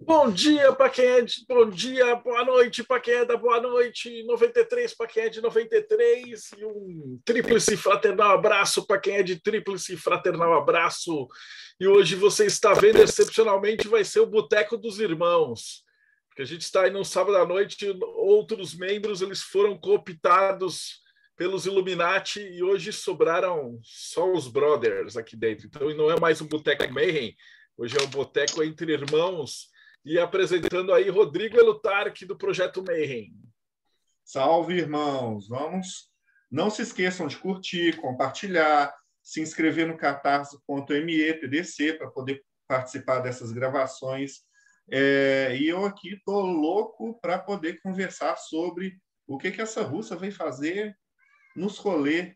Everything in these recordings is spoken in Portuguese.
Bom dia para quem é de bom dia, boa noite para quem é da boa noite, 93 para quem é de 93 e um tríplice fraternal abraço para quem é de tríplice fraternal abraço. E hoje você está vendo, excepcionalmente, vai ser o Boteco dos Irmãos, porque a gente está aí no sábado à noite, outros membros eles foram cooptados pelos Illuminati e hoje sobraram só os brothers aqui dentro. Então não é mais um Boteco Mayhem, hoje é um Boteco entre irmãos. E apresentando aí Rodrigo Elutarque, do Projeto Mayhem. Salve, irmãos! Não se esqueçam de curtir, compartilhar, se inscrever no catarse.me/TDC para poder participar dessas gravações. E eu aqui estou louco para poder conversar sobre o que essa russa vem fazer nos rolês.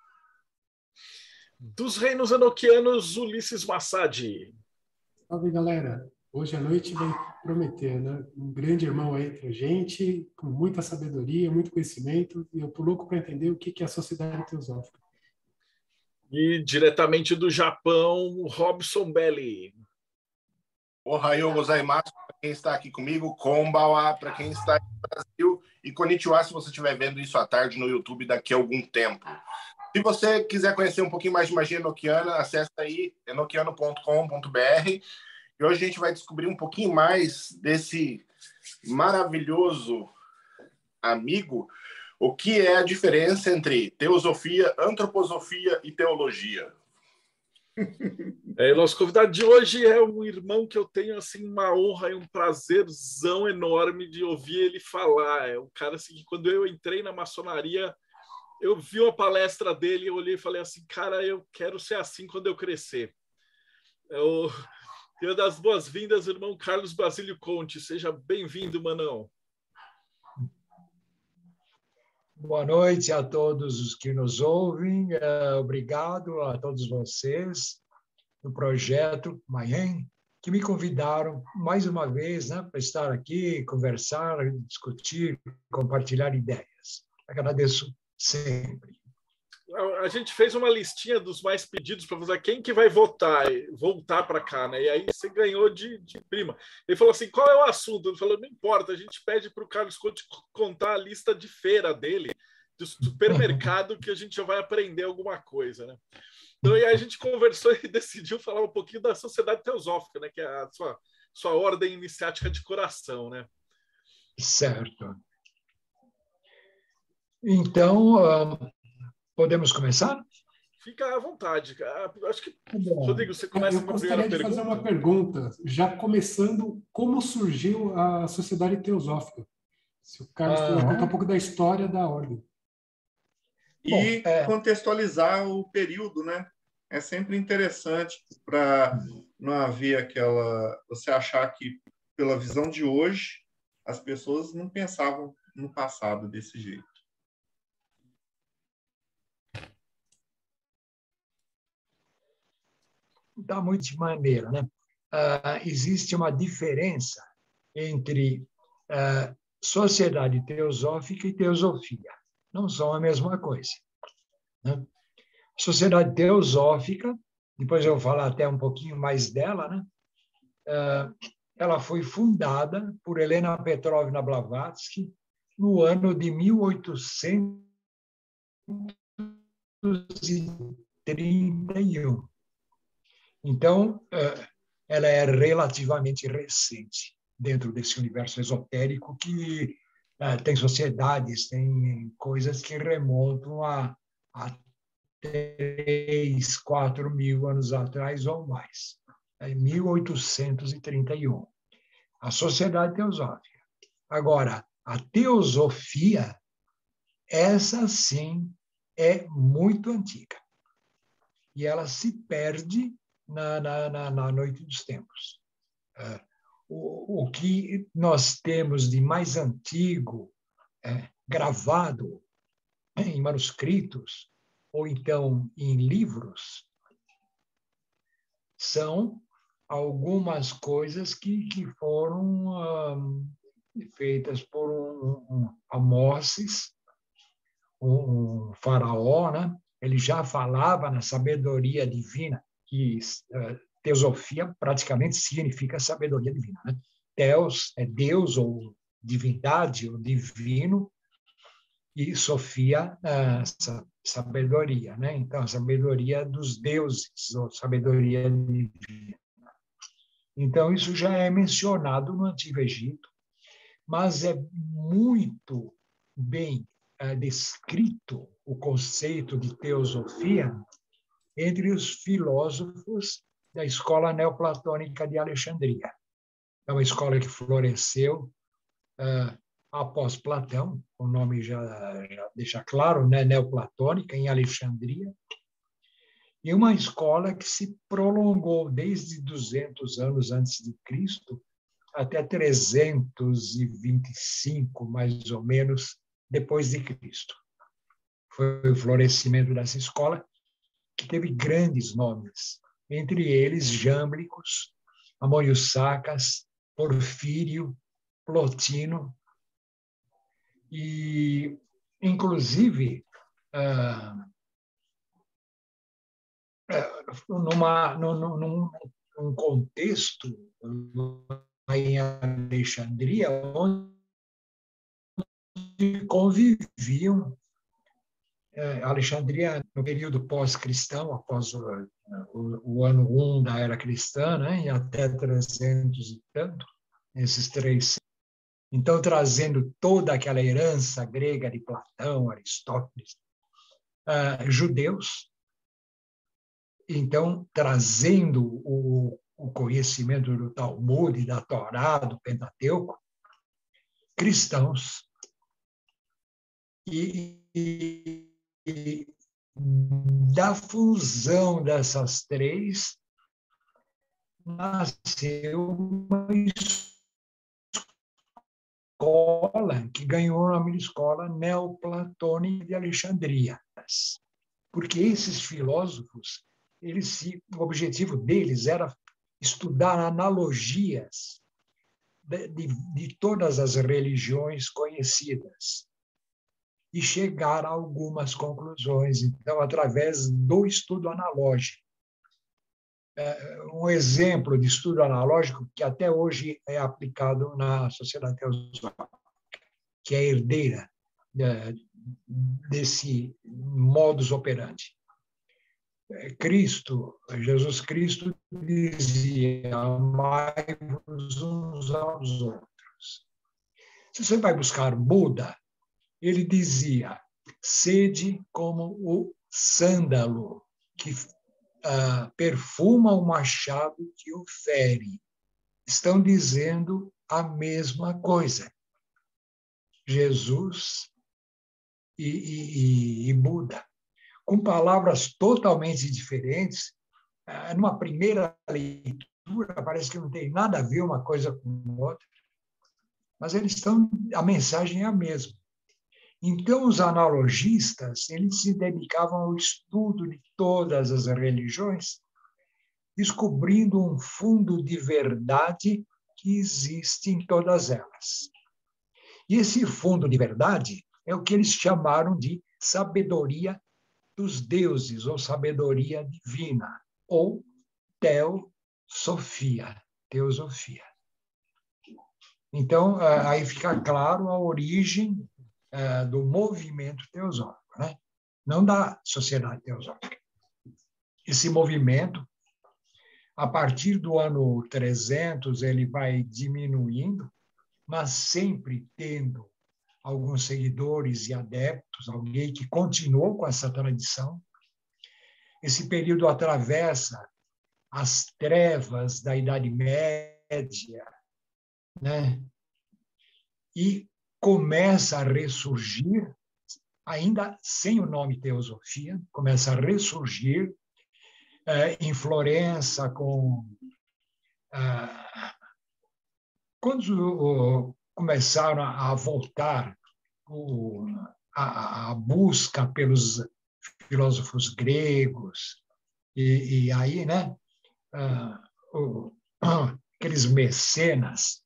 Dos reinos enoquianos, Ulisses Massad. Salve, galera! Hoje à noite vai prometer, né? Um grande irmão aí entre a gente, com muita sabedoria, muito conhecimento, e eu tô louco para entender o que é a sociedade teosófica. E diretamente do Japão, Robson Belli. Ohayou gozaimasu para quem está aqui comigo, konbawa para quem está no Brasil e konnichiwa se você estiver vendo isso à tarde no YouTube daqui a algum tempo. Se você quiser conhecer um pouquinho mais de magia enoquiana, acessa aí enoquiano.com.br. E hoje a gente vai descobrir um pouquinho mais desse maravilhoso amigo, o que é a diferença entre teosofia, antroposofia e teologia. Nosso convidado de hoje é um irmão que eu tenho assim uma honra e um prazerzão enorme de ouvir ele falar. É um cara assim que quando eu entrei na maçonaria, eu vi uma palestra dele, eu olhei e falei assim, cara, eu quero ser assim quando eu crescer. Quero dar as boas-vindas, irmão Carlos Basílio Conte. Seja bem-vindo, Manão. Boa noite a todos os que nos ouvem. Obrigado a todos vocês do Projeto Mayhem, que me convidaram mais uma vez, né, para estar aqui, conversar, discutir, compartilhar ideias. Agradeço sempre. A gente fez uma listinha dos mais pedidos para fazer quem que vai voltar para cá, né? E aí você ganhou de prima. Ele falou assim, qual é o assunto? Ele falou, não importa, a gente pede para o Carlos Conte contar a lista de feira dele, do supermercado, que a gente já vai aprender alguma coisa, né? Então, aí a gente conversou e decidiu falar um pouquinho da Sociedade Teosófica, né? Que é a sua ordem iniciática de coração, né? Certo. Então... podemos começar? Fica à vontade. Acho que, Rodrigo, você começa com a primeira pergunta. Eu gostaria de fazer uma pergunta, já começando, como surgiu a Sociedade Teosófica? Se o Carlos puder contar um pouco da história da ordem. E contextualizar o período, né? É sempre interessante para não haver você achar que, pela visão de hoje, as pessoas não pensavam no passado desse jeito. Da muito de maneira, né? Existe uma diferença entre sociedade teosófica e teosofia. Não são a mesma coisa, né? Sociedade teosófica, depois eu vou falar até um pouquinho mais dela, né? Ela foi fundada por Helena Petrovna Blavatsky no ano de 1831. Então, ela é relativamente recente dentro desse universo esotérico que tem sociedades, tem coisas que remontam a 3, 4 mil anos atrás ou mais. Em 1831. A Sociedade Teosófica. Agora, a teosofia, essa sim é muito antiga. E ela se perde na noite dos tempos. O que nós temos de mais antigo, gravado em manuscritos, ou então em livros, são algumas coisas que foram feitas por Amoses, um faraó, né? Ele já falava na sabedoria divina, que teosofia praticamente significa sabedoria divina, né? Theos é Deus ou divindade ou divino, e Sofia, sabedoria, né? Então, a sabedoria dos deuses, ou sabedoria divina. Então, isso já é mencionado no Antigo Egito, mas é muito bem descrito o conceito de teosofia entre os filósofos da escola neoplatônica de Alexandria. É uma escola que floresceu após Platão, o nome já deixa claro, né? Neoplatônica, em Alexandria, e uma escola que se prolongou desde 200 anos antes de Cristo até 325, mais ou menos, depois de Cristo. Foi o florescimento dessa escola, que teve grandes nomes, entre eles Jâmblicos, Amonius-Sacas, Porfírio, Plotino, e, inclusive, num contexto em Alexandria, onde conviviam Alexandria no período pós-cristão, após o ano 1 da era cristã, né, e até 300 e tanto, esses 3. Então, trazendo toda aquela herança grega de Platão, Aristóteles, judeus, então, trazendo o conhecimento do Talmud, da Torá, do Pentateuco, cristãos, e da fusão dessas três, nasceu uma escola que ganhou o nome de Escola Neoplatônica de Alexandria. Porque esses filósofos, o objetivo deles era estudar analogias de todas as religiões conhecidas e chegar a algumas conclusões, então, através do estudo analógico. Um exemplo de estudo analógico que até hoje é aplicado na sociedade teosófica, que é herdeira desse modus operandi. Jesus Cristo dizia: amai-vos uns aos outros. Se você vai buscar Buda, ele dizia: sede como o sândalo, que perfuma o machado que o fere. Estão dizendo a mesma coisa. Jesus e Buda, com palavras totalmente diferentes. Numa primeira leitura, parece que não tem nada a ver uma coisa com outra, mas a mensagem é a mesma. Então, os analogistas, eles se dedicavam ao estudo de todas as religiões, descobrindo um fundo de verdade que existe em todas elas. E esse fundo de verdade é o que eles chamaram de sabedoria dos deuses, ou sabedoria divina, ou teosofia. Então, aí fica claro a origem do movimento teosófico, né? Não da sociedade teosófica. Esse movimento, a partir do ano 300, ele vai diminuindo, mas sempre tendo alguns seguidores e adeptos, alguém que continuou com essa tradição. Esse período atravessa as trevas da Idade Média, né? E começa a ressurgir, ainda sem o nome teosofia, começa a ressurgir em Florença, quando começaram a voltar a busca pelos filósofos gregos, e aí, né, aqueles mecenas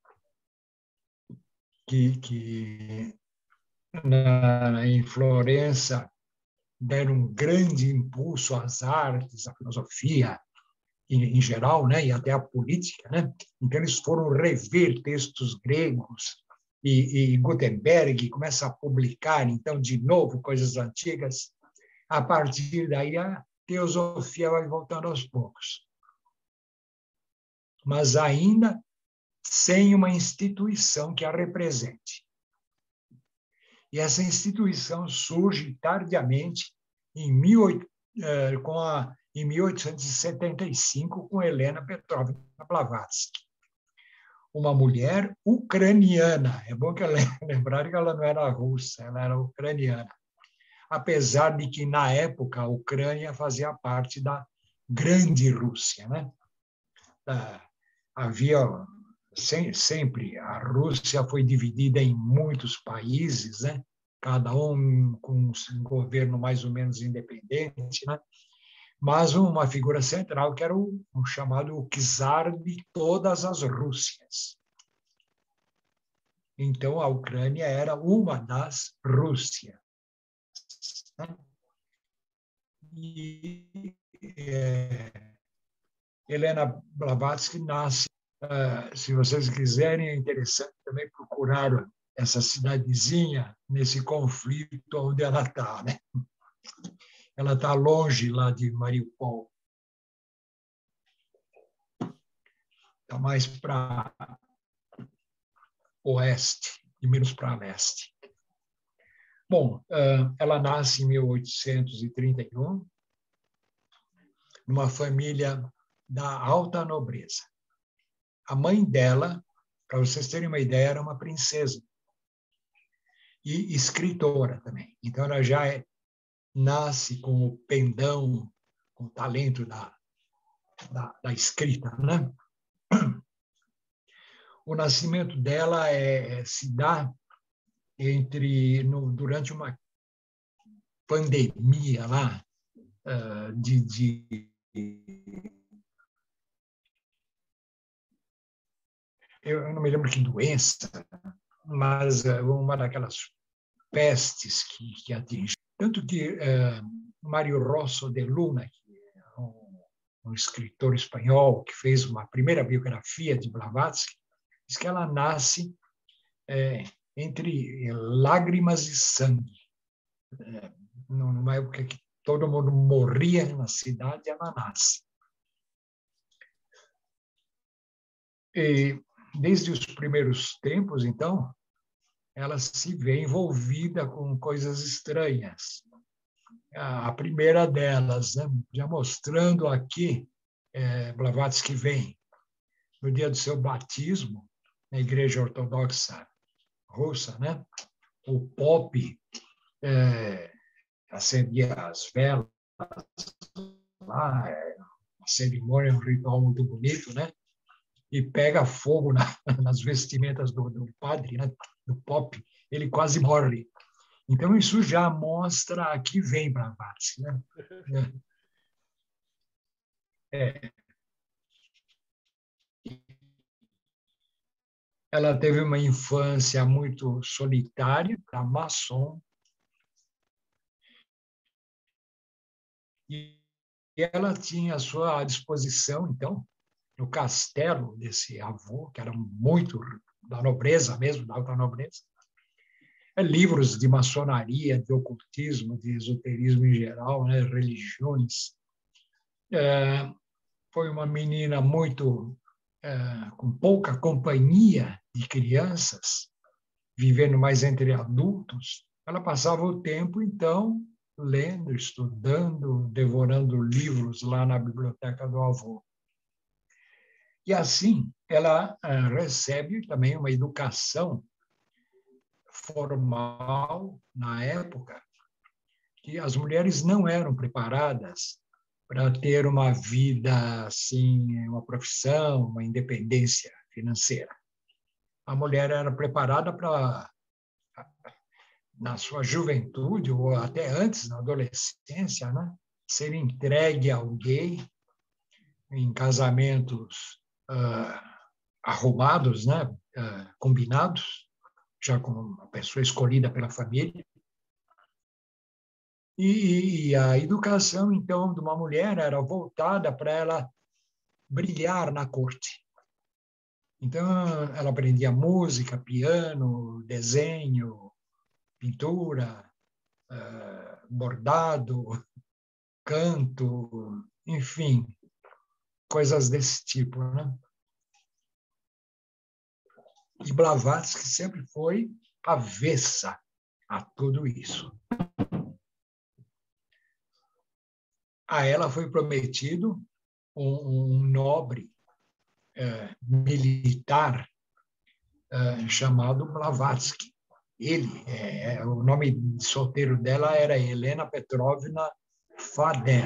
que em Florença deram um grande impulso às artes, à filosofia em geral, né, e até a política, né? Então eles foram rever textos gregos e Gutenberg começa a publicar então de novo coisas antigas. A partir daí a teosofia vai voltando aos poucos, mas ainda sem uma instituição que a represente. E essa instituição surge tardiamente em 1875 com Helena Petrovna Blavatsky, uma mulher ucraniana. É bom que lembrar que ela não era russa, ela era ucraniana. Apesar de que, na época, a Ucrânia fazia parte da Grande Rússia, né? Havia sempre, a Rússia foi dividida em muitos países, né? Cada um com um governo mais ou menos independente, né? Mas uma figura central que era o chamado czar de todas as Rússias. Então, a Ucrânia era uma das Rússias. E Helena Blavatsky nasce, se vocês quiserem, é interessante também procurar essa cidadezinha nesse conflito onde ela está, né? Ela está longe lá de Mariupol. Está mais para oeste e menos para leste. Bom, ela nasce em 1831, numa família da alta nobreza. A mãe dela, para vocês terem uma ideia, era uma princesa e escritora também. Então, ela já nasce com o pendão, com o talento da escrita, né? O nascimento dela se dá durante uma pandemia lá eu não me lembro que doença, mas uma daquelas pestes que atingiu. Tanto que Mário Rosso de Luna, que é um escritor espanhol que fez uma primeira biografia de Blavatsky, diz que ela nasce entre lágrimas e sangue. Numa época que todo mundo morria na cidade, ela nasce. E desde os primeiros tempos, então, ela se vê envolvida com coisas estranhas. A primeira delas, né, já mostrando aqui, Blavatsky vem no dia do seu batismo, na Igreja Ortodoxa Russa, né, o Pop acendia as velas lá, uma cerimônia, um ritual muito bonito, né, e pega fogo nas vestimentas do padre, né, do Pop, ele quase morre. Então, isso já mostra a que vem Blavatsky, né? Ela teve uma infância muito solitária, a maçom, e ela tinha à sua disposição, então, no castelo desse avô, que era muito da nobreza mesmo, da alta nobreza, livros de maçonaria, de ocultismo, de esoterismo em geral, né, religiões. Foi uma menina muito com pouca companhia de crianças, vivendo mais entre adultos. Ela passava o tempo, então, lendo, estudando, devorando livros lá na biblioteca do avô. E assim, ela recebe também uma educação formal na época, que as mulheres não eram preparadas para ter uma vida assim, uma profissão, uma independência financeira. A mulher era preparada para, na sua juventude ou até antes, na adolescência, né, ser entregue a alguém em casamentos arrumados, né, combinados, já com uma pessoa escolhida pela família. E a educação, então, de uma mulher era voltada para ela brilhar na corte. Então, ela aprendia música, piano, desenho, pintura, bordado, canto, enfim, coisas desse tipo, né? E Blavatsky sempre foi avessa a tudo isso. A ela foi prometido um nobre militar chamado Blavatsky. O nome de solteiro dela era Helena Petrovna Fadev.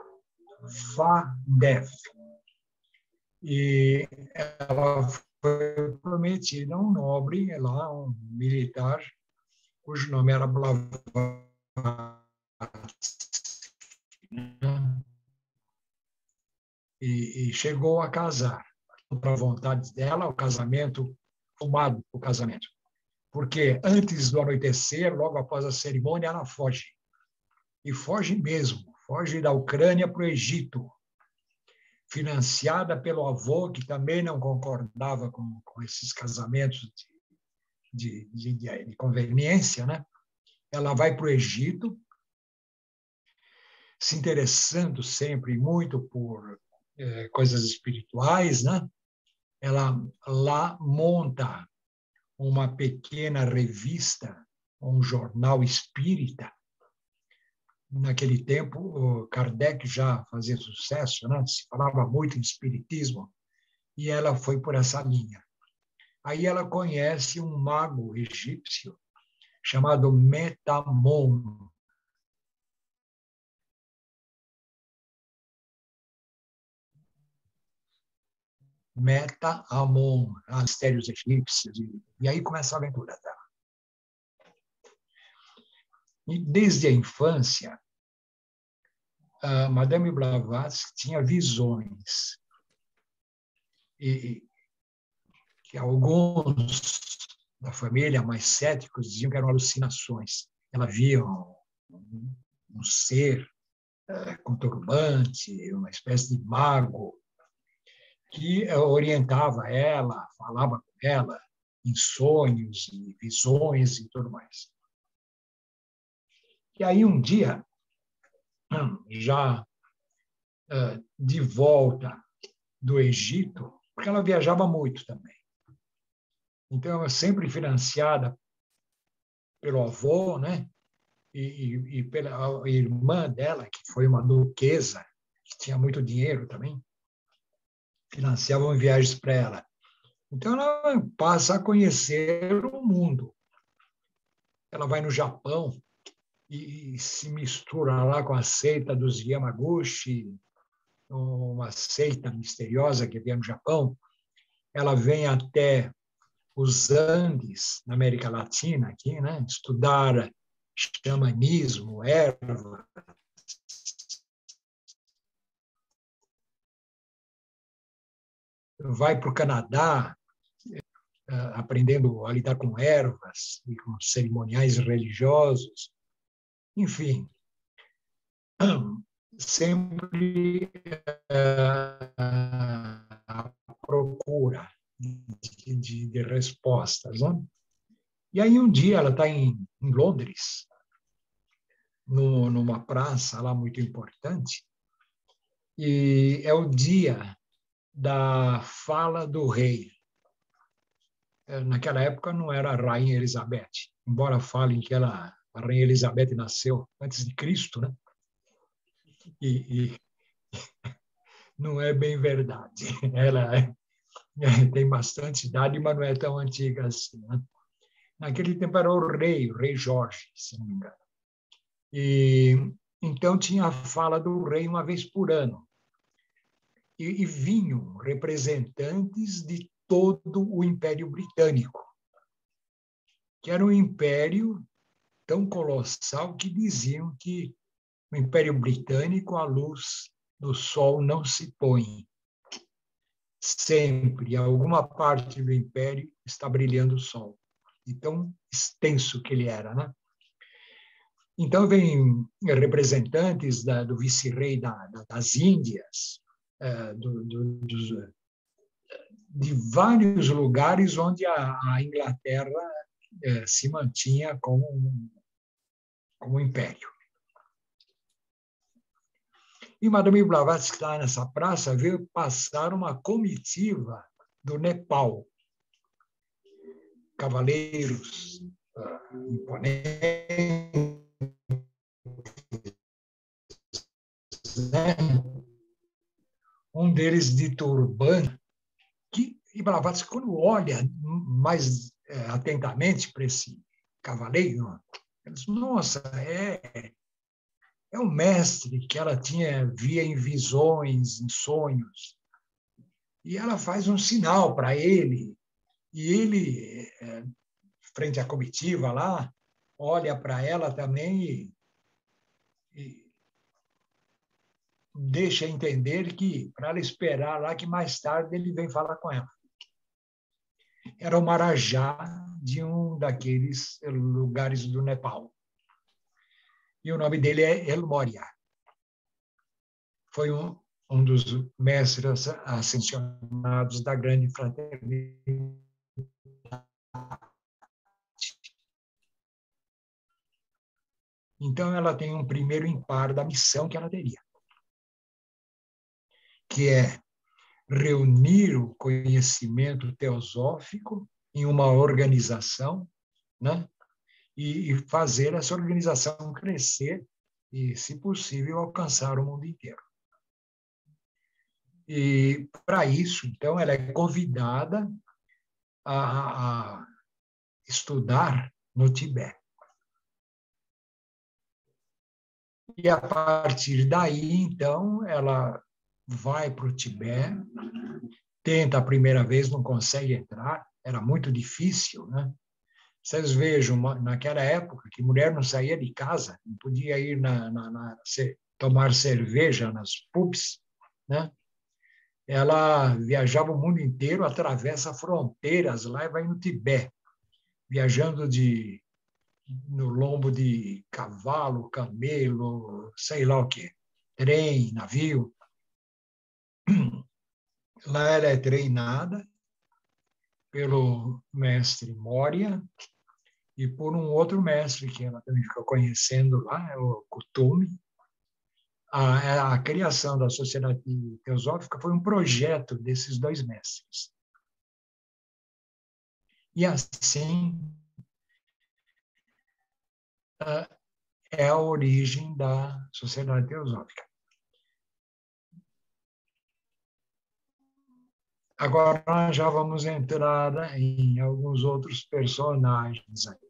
E ela foi prometida a um nobre, lá, um militar, cujo nome era Blavatsky. E chegou a casar. Para a vontade dela, o casamento, tomado o casamento. Porque antes do anoitecer, logo após a cerimônia, ela foge. E foge mesmo. Foge da Ucrânia para o Egito, financiada pelo avô, que também não concordava com esses casamentos de conveniência, né? Ela vai para o Egito, se interessando sempre muito por coisas espirituais, né? Ela lá monta uma pequena revista, um jornal espírita. Naquele tempo, o Kardec já fazia sucesso, né? Se falava muito em espiritismo, e ela foi por essa linha. Aí ela conhece um mago egípcio chamado Metamon. Metamon, mistérios egípcios, e aí começa a aventura dela. E desde a infância, a Madame Blavatsky tinha visões. E que alguns da família mais céticos diziam que eram alucinações. Ela via um ser com turbante, uma espécie de mago, que orientava ela, falava com ela em sonhos e visões e tudo mais. E aí, um dia, já de volta do Egito, porque ela viajava muito também. Então, ela sempre financiada pelo avô, né? E pela irmã dela, que foi uma duquesa, que tinha muito dinheiro também, financiavam viagens para ela. Então, ela passa a conhecer o mundo. Ela vai no Japão e se mistura lá com a seita dos Yamaguchi, uma seita misteriosa que havia no Japão. Ela vem até os Andes, na América Latina, aqui, né? Estudar xamanismo, ervas. Vai para o Canadá, aprendendo a lidar com ervas e com cerimoniais religiosos. Enfim, sempre à procura de respostas. Né? E aí, um dia, ela está em Londres, numa praça lá muito importante, e é o dia da fala do rei. Naquela época não era a Rainha Elizabeth, embora falem que a Rainha Elizabeth nasceu antes de Cristo, né? E não é bem verdade. Ela tem bastante idade, mas não é tão antiga assim. Né? Naquele tempo era o rei Jorge, se não me engano. E então tinha a fala do rei uma vez por ano. E vinham representantes de todo o Império Britânico, que era um império tão colossal que diziam que no Império Britânico a luz do sol não se põe. Sempre, alguma parte do império está brilhando o sol. De tão extenso que ele era, né? Então, vêm representantes do vice-rei das Índias, de vários lugares onde a Inglaterra se mantinha como um império. E Madame Blavatsky, lá nessa praça, veio passar uma comitiva do Nepal. Cavaleiros imponentes, né? Um deles de turbante, e Blavatsky, quando olha mais atentamente para esse cavaleiro, ele diz, nossa, é um mestre que ela via em visões, em sonhos. E ela faz um sinal para ele, e ele, frente à comitiva lá, olha para ela também e deixa entender que para ela esperar lá que mais tarde ele vem falar com ela. Era o Marajá de um daqueles lugares do Nepal. E o nome dele é El Morya. Foi um dos mestres ascensionados da grande fraternidade. Então, ela tem um primeiro impar da missão que ela teria, que é reunir o conhecimento teosófico em uma organização, né? E fazer essa organização crescer e, se possível, alcançar o mundo inteiro. E, para isso, então, ela é convidada a estudar no Tibete. E, a partir daí, então, ela vai para o Tibete, tenta a primeira vez, não consegue entrar, era muito difícil, né? Vocês vejam, naquela época, que mulher não saía de casa, não podia ir tomar cerveja nas pubs, né? Ela viajava o mundo inteiro, atravessa fronteiras lá e vai no Tibete, viajando no lombo de cavalo, camelo, sei lá o quê, trem, navio. Lá ela é treinada pelo mestre Morya e por um outro mestre que ela também fica conhecendo lá, é o Kuthumi. A criação da Sociedade Teosófica foi um projeto desses dois mestres. E assim é a origem da Sociedade Teosófica. Agora nós já vamos entrar em alguns outros personagens aí.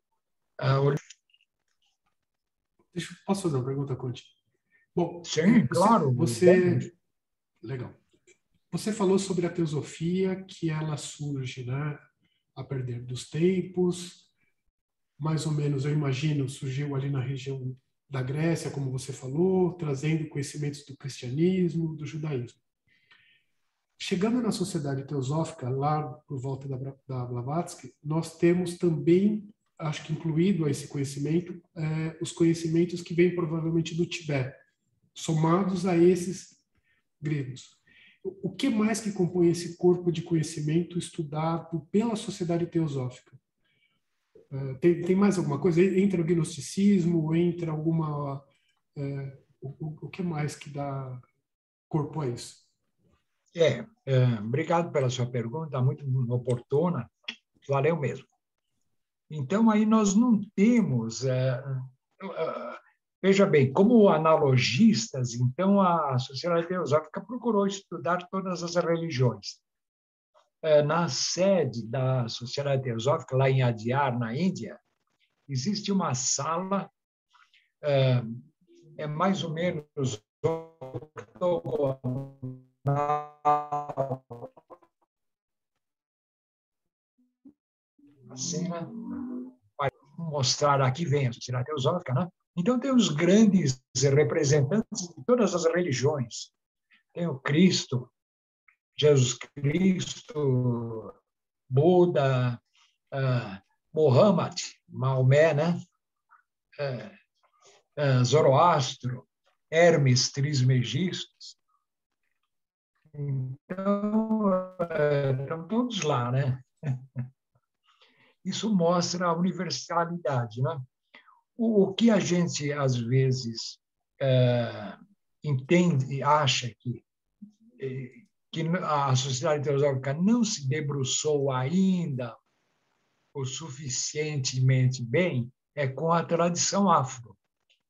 Posso fazer uma pergunta, Conte? Bom, sim, claro. Legal. Você falou sobre a teosofia, que ela surge, né, a perder dos tempos, mais ou menos, eu imagino, surgiu ali na região da Grécia, como você falou, trazendo conhecimentos do cristianismo, do judaísmo. Chegando na Sociedade Teosófica, lá por volta da Blavatsky, nós temos também, acho que incluído a esse conhecimento, os conhecimentos que vêm provavelmente do Tibete, somados a esses gregos. O que mais que compõe esse corpo de conhecimento estudado pela Sociedade Teosófica? Tem mais alguma coisa? Entra o gnosticismo? Entra alguma... o que mais que dá corpo a isso? Obrigado pela sua pergunta, muito oportuna, valeu mesmo. Então, aí nós não temos... veja bem, como analogistas, então a Sociedade Teosófica procurou estudar todas as religiões. Na sede da Sociedade Teosófica, lá em Adyar, na Índia, existe uma sala, mais ou menos assim, né? Vai mostrar aqui, vem a Sociedade Teosófica, né? Então, tem os grandes representantes de todas as religiões. Tem o Cristo, Jesus Cristo, Buda, Muhammad, Maomé, né? Zoroastro, Hermes Trismegisto. Então, estão todos lá, né? Isso mostra a universalidade, né? O que a gente, às vezes, entende, acha que a sociedade teosófica não se debruçou ainda o suficientemente bem é com a tradição afro.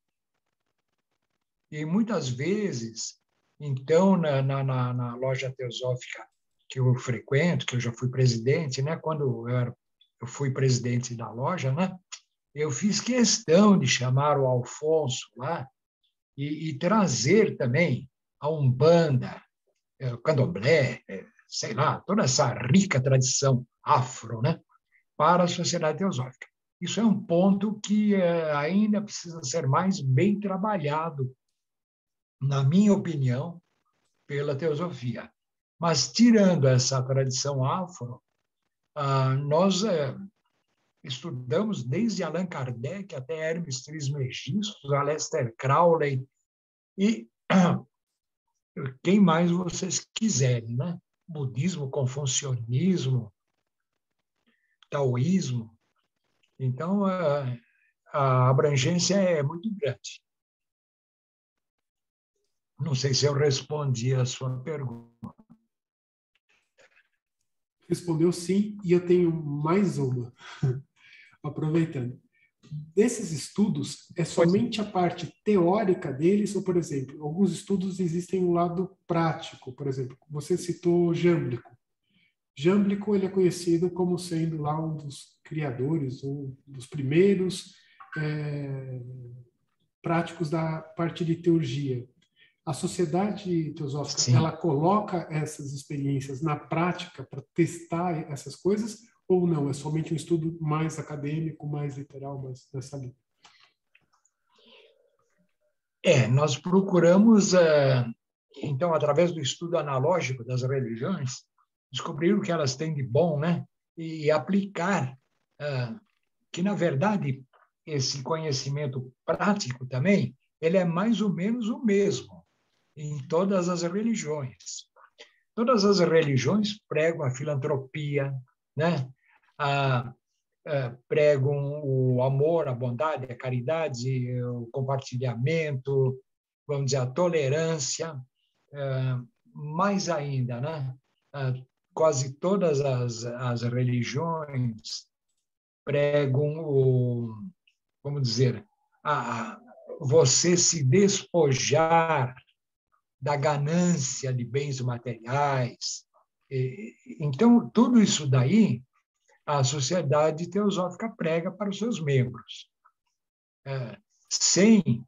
E muitas vezes, então, na loja teosófica que eu frequento, que eu já fui presidente, né? Quando eu fui presidente da loja, né? Eu fiz questão de chamar o Alfonso lá e trazer também a Umbanda, o Candomblé, sei lá, toda essa rica tradição afro, né? Para a sociedade teosófica. Isso é um ponto que ainda precisa ser mais bem trabalhado, na minha opinião, pela teosofia. Mas, tirando essa tradição afro, nós estudamos desde Allan Kardec até Hermes Trismegisto, Aleister Crowley e quem mais vocês quiserem, né? Budismo, confucionismo, taoísmo. Então, a abrangência é muito grande. Não sei se eu respondi a sua pergunta. Respondeu sim, e eu tenho mais uma. Aproveitando. Desses estudos, é somente a parte teórica deles, ou, por exemplo, alguns estudos existem um lado prático, por exemplo, você citou Jâmblico. Jâmblico, ele é conhecido como sendo lá um dos criadores, um dos primeiros práticos da parte de teurgia. A sociedade teosófica, Sim. ela coloca essas experiências na prática para testar essas coisas, ou não? É somente um estudo mais acadêmico, mais literal, mais nessa linha? Nós procuramos, então, através do estudo analógico das religiões, descobrir o que elas têm de bom, né? E aplicar, que, na verdade, esse conhecimento prático também, ele é mais ou menos o mesmo em todas as religiões. Todas as religiões pregam a filantropia, né? Pregam o amor, a bondade, a caridade, o compartilhamento, vamos dizer, a tolerância. Mais ainda, né? Quase todas as religiões pregam vamos dizer, você se despojar da ganância de bens materiais. Então, tudo isso daí, a sociedade teosófica prega para os seus membros, sem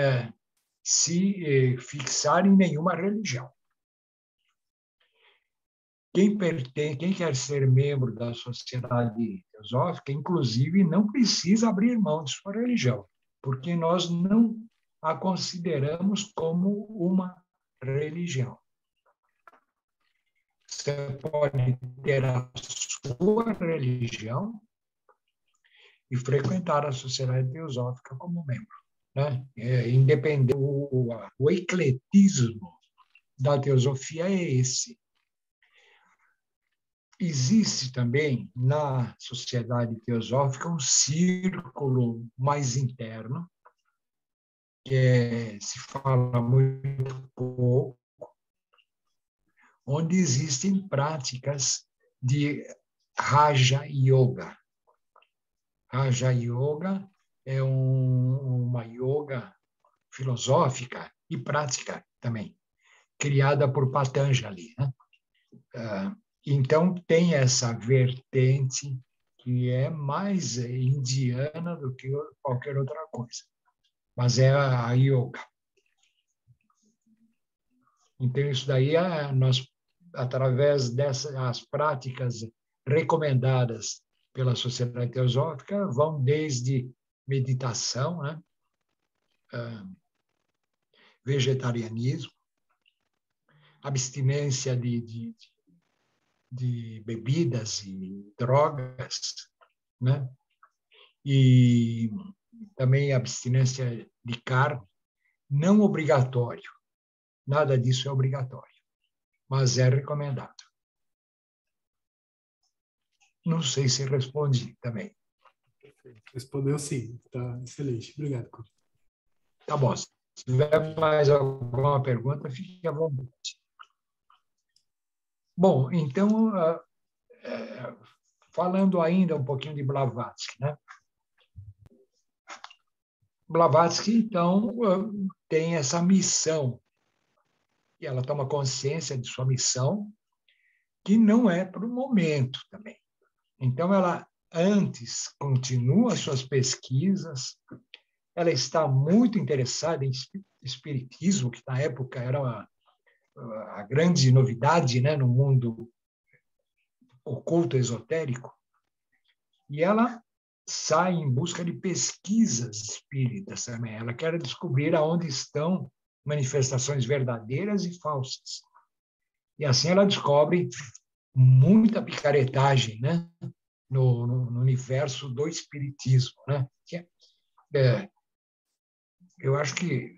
se fixar em nenhuma religião. Quem quer ser membro da sociedade teosófica, inclusive, não precisa abrir mão de sua religião, porque nós não a consideramos como uma religião. Você pode ter a sua religião e frequentar a sociedade teosófica como membro, né? Independente, o ecletismo da teosofia é esse. Existe também na sociedade teosófica um círculo mais interno, que se fala muito pouco, onde existem práticas de Raja Yoga. Raja Yoga é uma yoga filosófica e prática também, criada por Patanjali, né? Então, tem essa vertente que é mais indiana do que qualquer outra coisa, mas é a yoga. Então, isso daí, nós, através dessas práticas recomendadas pela Sociedade Teosófica, vão desde meditação, né? Vegetarianismo, abstinência de bebidas e drogas, né? E também abstinência de carne, não obrigatório. Nada disso é obrigatório. mas é recomendado. Não sei se respondi também. Respondeu sim. Tá excelente. Obrigado, Curi. Tá bom. Se tiver mais alguma pergunta, fique à vontade. Bom, então, falando ainda um pouquinho de Blavatsky, né? Blavatsky, então, tem essa missão, e ela toma consciência de sua missão, que não é para o momento também. Então, ela antes continua suas pesquisas, ela está muito interessada em espiritismo, que na época era a grande novidade, né, no mundo oculto esotérico, e ela sai em busca de pesquisas espíritas também. Ela quer descobrir aonde estão manifestações verdadeiras e falsas. E assim ela descobre muita picaretagem, né, no universo do espiritismo, né? Eu acho que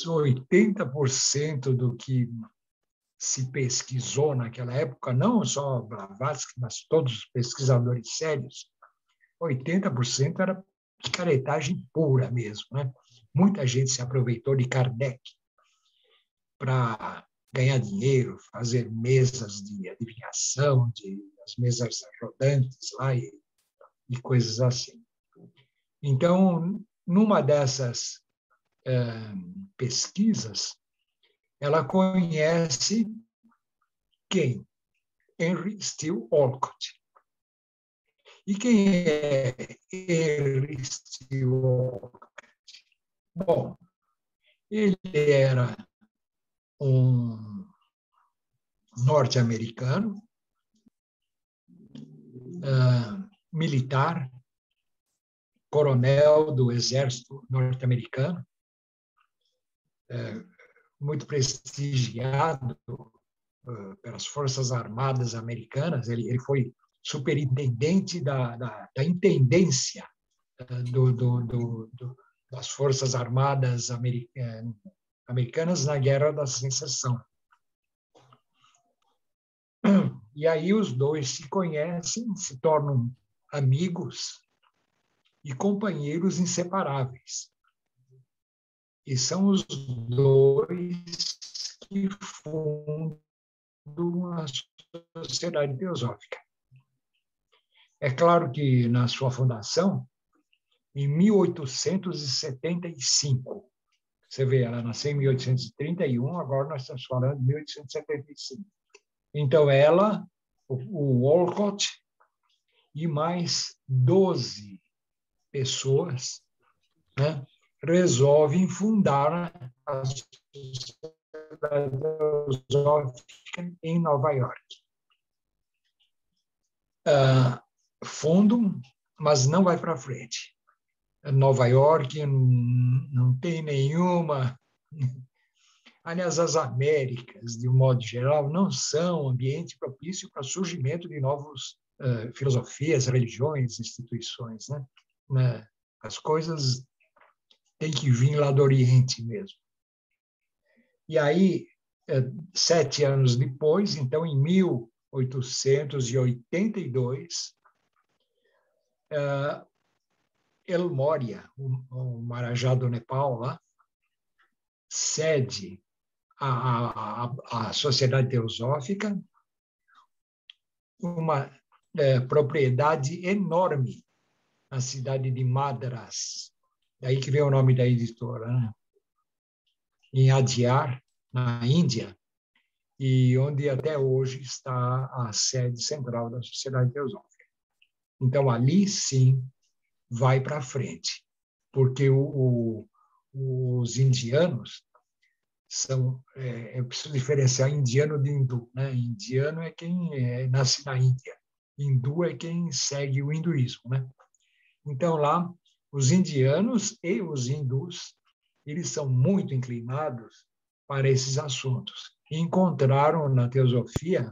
80% do que se pesquisou naquela época, não só Blavatsky, mas todos os pesquisadores sérios, 80% era picaretagem pura mesmo, né? Muita gente se aproveitou de Kardec para ganhar dinheiro, fazer mesas de adivinhação, as mesas rodantes lá e coisas assim. Então, numa dessas pesquisas, ela conhece quem? Henry Steele Olcott. E quem é Henry Steele Olcott? Bom, ele era um norte-americano, militar, coronel do exército norte-americano, muito prestigiado pelas Forças Armadas Americanas. Ele foi superintendente da intendência das Forças Armadas Americanas na Guerra da Secessão. E aí os dois se conhecem, se tornam amigos e companheiros inseparáveis. E são os dois que fundam a Sociedade Teosófica. É claro que na sua fundação, em 1875, você vê, ela nasceu em 1831, agora nós estamos falando de 1875. Então, ela, o Olcott e mais 12 pessoas, né, resolvem fundar a Sociedade Teosófica em Nova York. Fundam, mas não vai para frente. Nova York não tem nenhuma... Aliás, as Américas, de um modo geral, não são ambiente propício para o surgimento de novas filosofias, religiões, instituições, né? As coisas têm que vir lá do Oriente mesmo. E aí, 7 anos depois, então, em 1882, El Morya, o Marajá do Nepal, lá, cede à Sociedade Teosófica uma propriedade enorme na cidade de Madras, daí que vem o nome da editora, né? Em Adyar, na Índia, e onde até hoje está a sede central da Sociedade Teosófica. Então, ali sim vai para frente, porque os indianos são... eu preciso diferenciar indiano de hindu, né? Indiano é quem nasce na Índia, hindu é quem segue o hinduísmo, né? Então, lá, os indianos e os hindus, eles são muito inclinados para esses assuntos. E encontraram na teosofia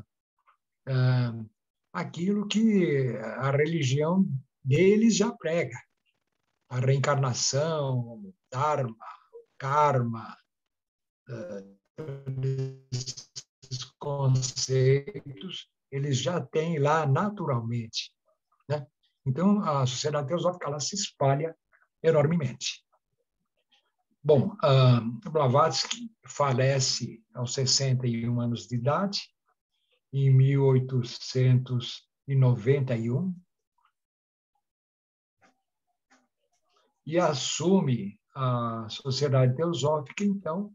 aquilo que a religião deles já prega: a reencarnação, o dharma, o karma, esses conceitos, eles já têm lá naturalmente, né? Então, a Sociedade Teosófica ela se espalha enormemente. Bom, Blavatsky falece aos 61 anos de idade, em 1891, e assume a Sociedade Teosófica, então,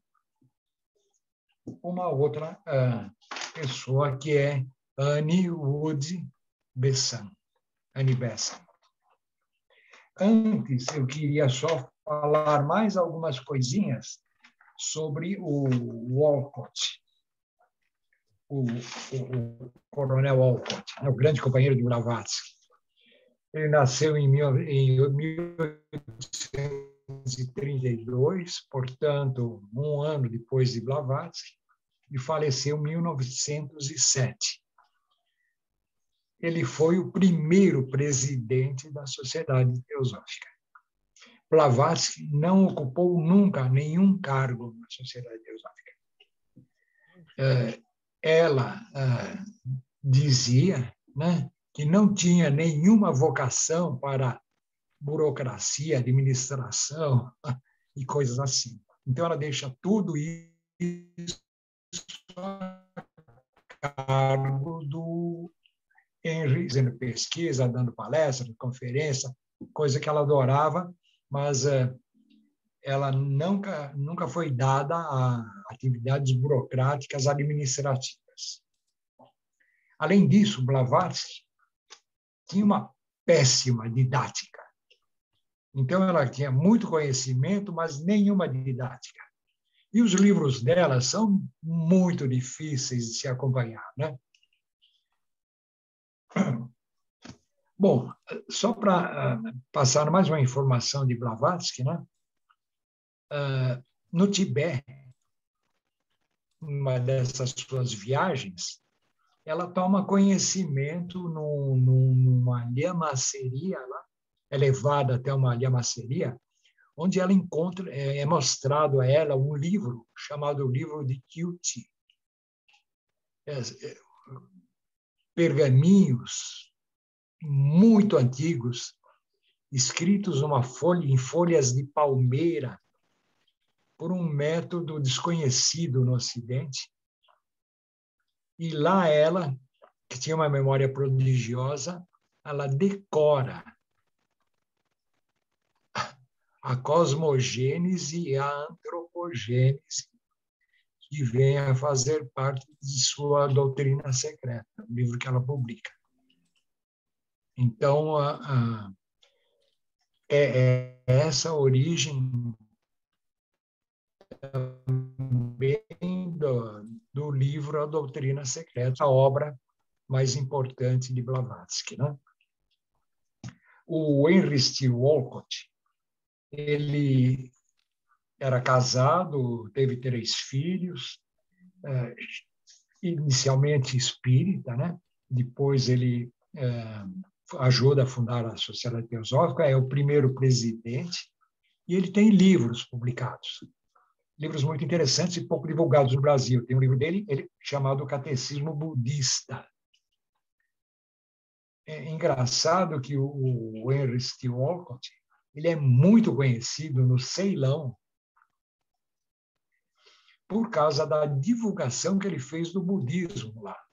uma outra pessoa, que é Annie Wood Besant. Annie Besant. Antes, eu queria só falar mais algumas coisinhas sobre o Walcott, o coronel Walcott, o grande companheiro de Blavatsky. Ele nasceu em 1832, portanto, um ano depois de Blavatsky, e faleceu em 1907. Ele foi o primeiro presidente da Sociedade Teosófica. Blavatsky não ocupou nunca nenhum cargo na Sociedade Teosófica. Ela dizia, né, que não tinha nenhuma vocação para burocracia, administração e coisas assim. Então, ela deixa tudo isso a cargo do Henry, fazendo pesquisa, dando palestra, conferência, coisa que ela adorava, mas ela nunca foi dada a atividades burocráticas administrativas. Além disso, Blavatsky tinha uma péssima didática. Então, ela tinha muito conhecimento, mas nenhuma didática. E os livros dela são muito difíceis de se acompanhar, né? Bom, só para passar mais uma informação de Blavatsky, né? No Tibete, numa dessas suas viagens, ela toma conhecimento numa lhamaceria lá, é levada até uma lhamaceria, onde ela encontra, é mostrado a ela um livro chamado Livro de Kyuti. Pergaminhos muito antigos, escritos em folhas de palmeira, por um método desconhecido no Ocidente. E lá ela, que tinha uma memória prodigiosa, ela decora a cosmogênese e a antropogênese, que vem a fazer parte de sua doutrina secreta, o livro que ela publica. Então, é essa origem também do livro A Doutrina Secreta, a obra mais importante de Blavatsky, né? O Henry Steele Walcott, ele era casado, teve 3 filhos, inicialmente espírita, né? Depois ele ajuda a fundar a Sociedade Teosófica, é o primeiro presidente, e ele tem livros publicados, livros muito interessantes e pouco divulgados no Brasil. Tem um livro dele chamado Catecismo Budista. É engraçado que o Henry Steele Walcott, ele é muito conhecido no Ceilão por causa da divulgação que ele fez do budismo lá.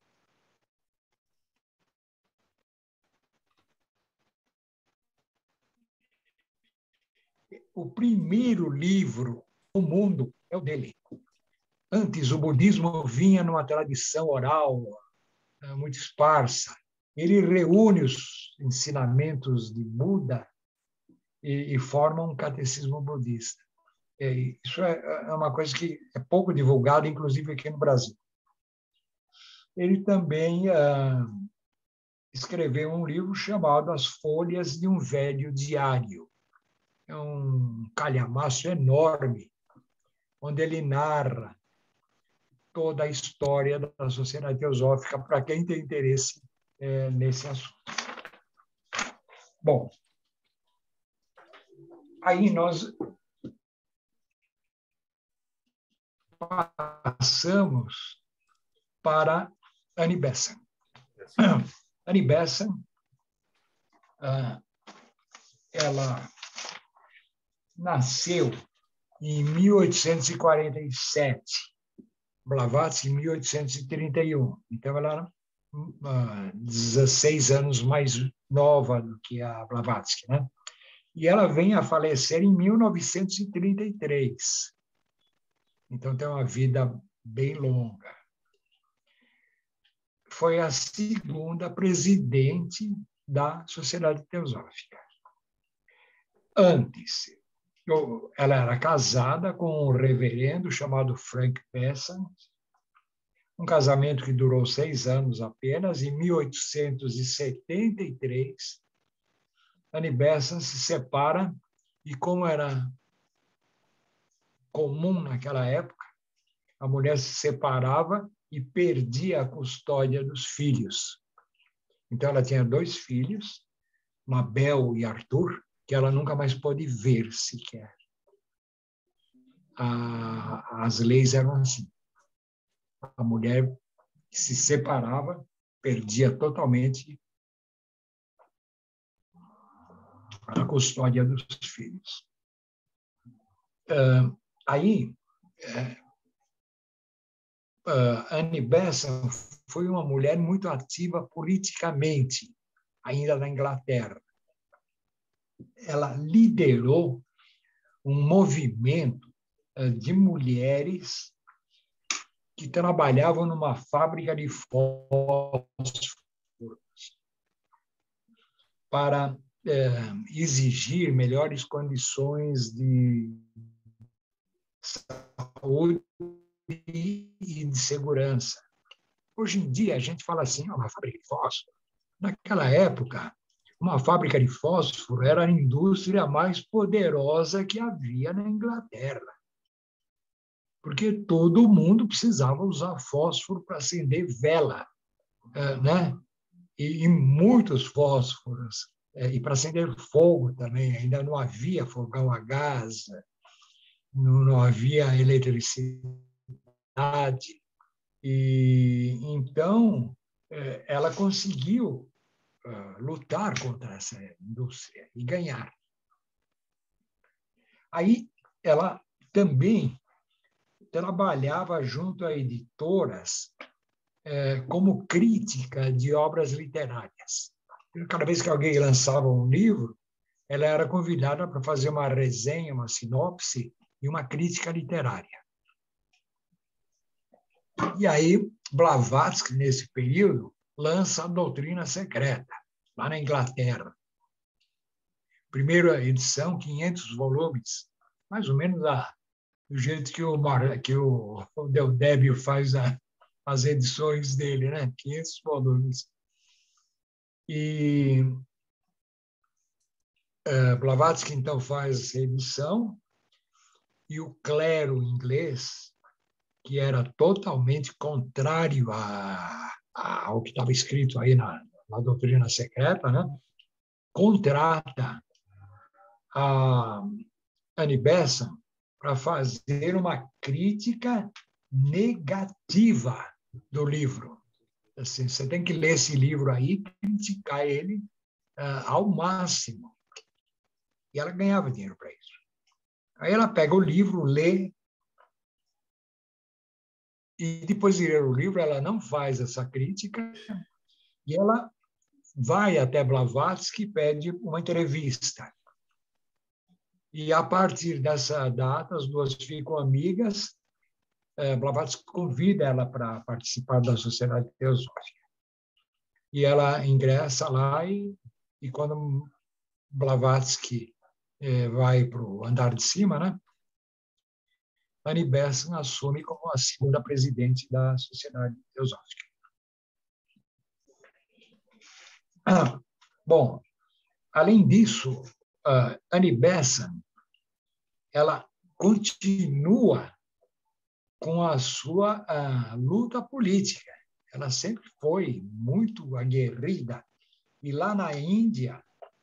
O primeiro livro do mundo é o dele. Antes, o budismo vinha numa tradição oral muito esparsa. Ele reúne os ensinamentos de Buda e forma um catecismo budista. Isso é uma coisa que é pouco divulgada, inclusive aqui no Brasil. Ele também escreveu um livro chamado As Folhas de um Velho Diário. É um calhamaço enorme, onde ele narra toda a história da Sociedade Teosófica para quem tem interesse nesse assunto. Bom, aí nós passamos para Annie Besant. Annie Besant, ela nasceu em 1847, Blavatsky em 1831. Então, ela era 16 anos mais nova do que a Blavatsky, né? E ela vem a falecer em 1933. Então, tem uma vida bem longa. Foi a segunda presidente da Sociedade Teosófica. Antes, ela era casada com um reverendo chamado Frank Besant, um casamento que durou 6 anos apenas. Em 1873, Annie Besant se separa e, como era comum naquela época, a mulher se separava e perdia a custódia dos filhos. Então, ela tinha 2 filhos, Mabel e Arthur, que ela nunca mais pôde ver sequer. As leis eram assim. A mulher que se separava perdia totalmente a custódia dos filhos. Annie Besant foi uma mulher muito ativa politicamente, ainda na Inglaterra. Ela liderou um movimento de mulheres que trabalhavam numa fábrica de fósforos para exigir melhores condições de saúde e de segurança. Hoje em dia, a gente fala assim, uma fábrica de fósforo. Naquela época, uma fábrica de fósforo era a indústria mais poderosa que havia na Inglaterra, porque todo mundo precisava usar fósforo para acender vela, né? E muitos fósforos, e para acender fogo também. Ainda não havia fogão a gás, não havia eletricidade. E então ela conseguiu lutar contra essa indústria e ganhar. Aí ela também trabalhava junto a editoras como crítica de obras literárias. Cada vez que alguém lançava um livro, ela era convidada para fazer uma resenha, uma sinopse e uma crítica literária. E aí, Blavatsky, nesse período, lança a Doutrina Secreta, lá na Inglaterra. Primeira edição, 500 volumes, mais ou menos do jeito que o Del Débio faz as edições dele, né? 500 volumes. E Blavatsky, então, faz essa edição, e o clero inglês, que era totalmente contrário ao que estava escrito aí na Doutrina Secreta, né? Contrata a Annie Besant para fazer uma crítica negativa do livro. Assim, você tem que ler esse livro aí e criticar ele ao máximo. E ela ganhava dinheiro para isso. Aí ela pega o livro, lê, e depois de ler o livro, ela não faz essa crítica, e ela vai até Blavatsky e pede uma entrevista. E, a partir dessa data, as duas ficam amigas. Blavatsky convida ela para participar da Sociedade Teosófica. E ela ingressa lá, e quando Blavatsky vai para o andar de cima, né? Annie Besant assume como a segunda presidente da Sociedade Teosófica. Bom, além disso, Annie Besant, ela continua com a sua luta política. Ela sempre foi muito aguerrida. E lá na Índia,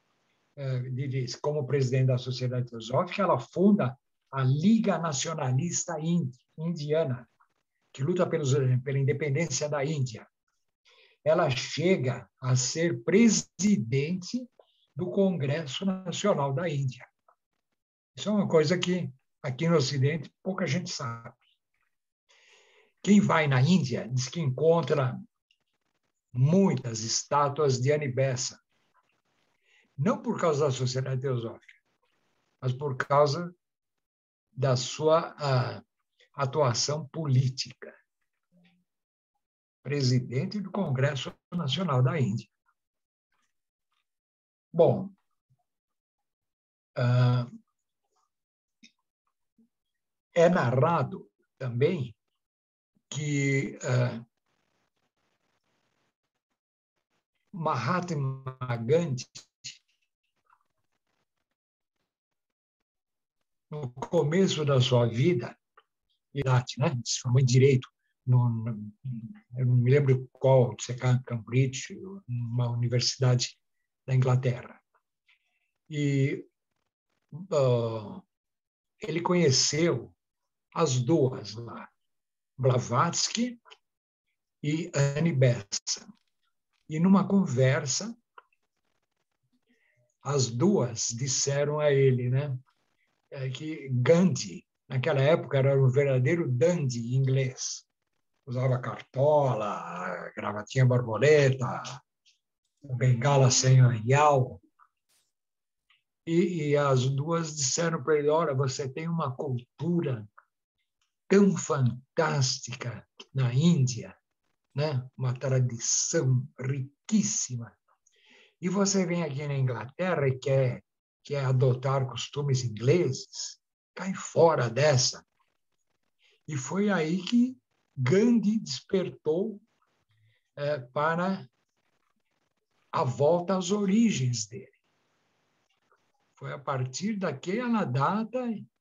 como presidente da Sociedade Teosófica, ela funda a Liga Nacionalista Indiana, que luta pela independência da Índia. Ela chega a ser presidente do Congresso Nacional da Índia. Isso é uma coisa que aqui no Ocidente pouca gente sabe. Quem vai na Índia diz que encontra muitas estátuas de Annie Besant, não por causa da Sociedade Teosófica, mas por causa da sua atuação política. Presidente do Congresso Nacional da Índia. Bom, é narrado também que Mahatma Gandhi, no começo da sua vida, né, se formou em Direito, eu não me lembro qual, se é Cambridge, uma universidade da Inglaterra. E ele conheceu as duas lá, Blavatsky e Annie Besant. E numa conversa, as duas disseram a ele, né, que Gandhi, naquela época, era um verdadeiro dandy inglês. Usava cartola, gravatinha borboleta, bengala sem anel. E as duas disseram para ele, olha, você tem uma cultura tão fantástica na Índia, né? Uma tradição riquíssima. E você vem aqui na Inglaterra e quer adotar costumes ingleses, cai fora dessa. E foi aí que Gandhi despertou para a volta às origens dele. Foi a partir daquela data,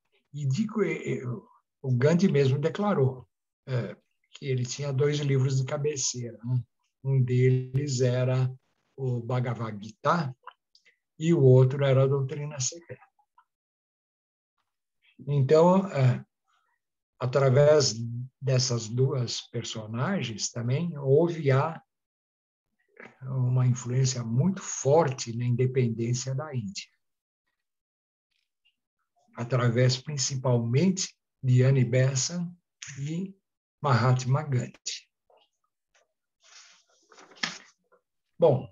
o Gandhi mesmo declarou que ele tinha 2 livros de cabeceira. Né? Um deles era o Bhagavad Gita e o outro era a Doutrina Secreta. Então, através dessas 2 personagens também houve uma influência muito forte na independência da Índia. Através principalmente de Annie Besant e Mahatma Gandhi. Bom,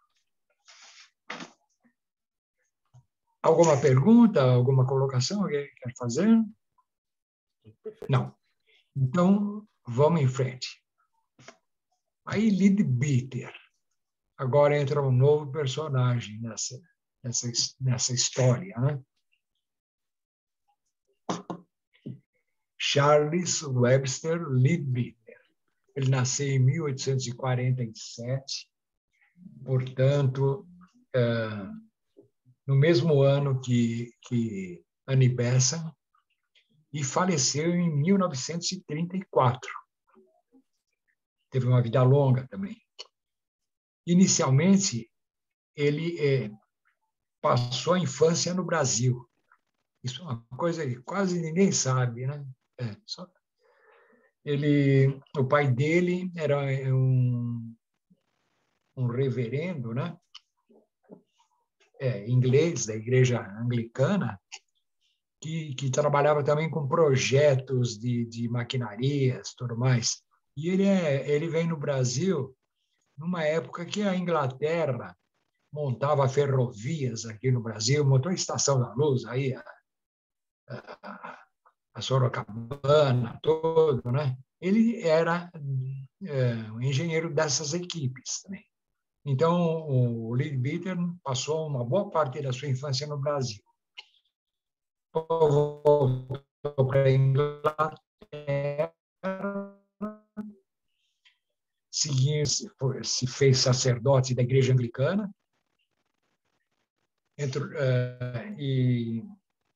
alguma pergunta, alguma colocação? Alguém quer fazer? Não. Então, vamos em frente. Aí, Leadbeater. Agora entra um novo personagem nessa história, né? Charles Webster Leadbeater. Ele nasceu em 1847, portanto, no mesmo ano que Annie Besant, e faleceu em 1934. Teve uma vida longa também. Inicialmente, ele passou a infância no Brasil. Isso é uma coisa que quase ninguém sabe, né? O pai dele era um reverendo, né? Inglês, da igreja anglicana, que trabalhava também com projetos de maquinarias, tudo mais. E ele vem no Brasil numa época que a Inglaterra montava ferrovias aqui no Brasil, montou a Estação da Luz, aí a Sorocabana, todo, né? Ele era um engenheiro dessas equipes também. Então, o Leadbeater passou uma boa parte da sua infância no Brasil. Voltou para a Inglaterra, se fez sacerdote da igreja anglicana, e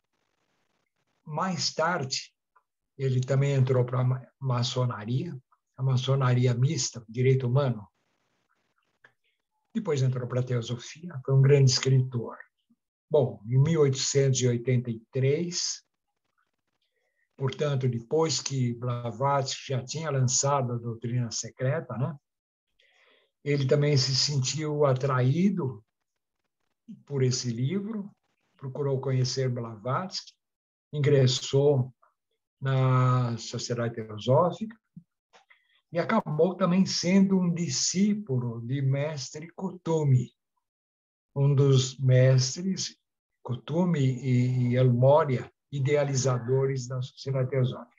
mais tarde ele também entrou para a maçonaria mista, direito humano. Depois entrou para a teosofia, foi um grande escritor. Bom, em 1883, portanto, depois que Blavatsky já tinha lançado a Doutrina Secreta, né? Ele também se sentiu atraído por esse livro, procurou conhecer Blavatsky, ingressou na Sociedade Teosófica e acabou também sendo um discípulo de mestre Kuthumi, um dos mestres, Kuthumi e El Morya, idealizadores da Sociedade Teosófica.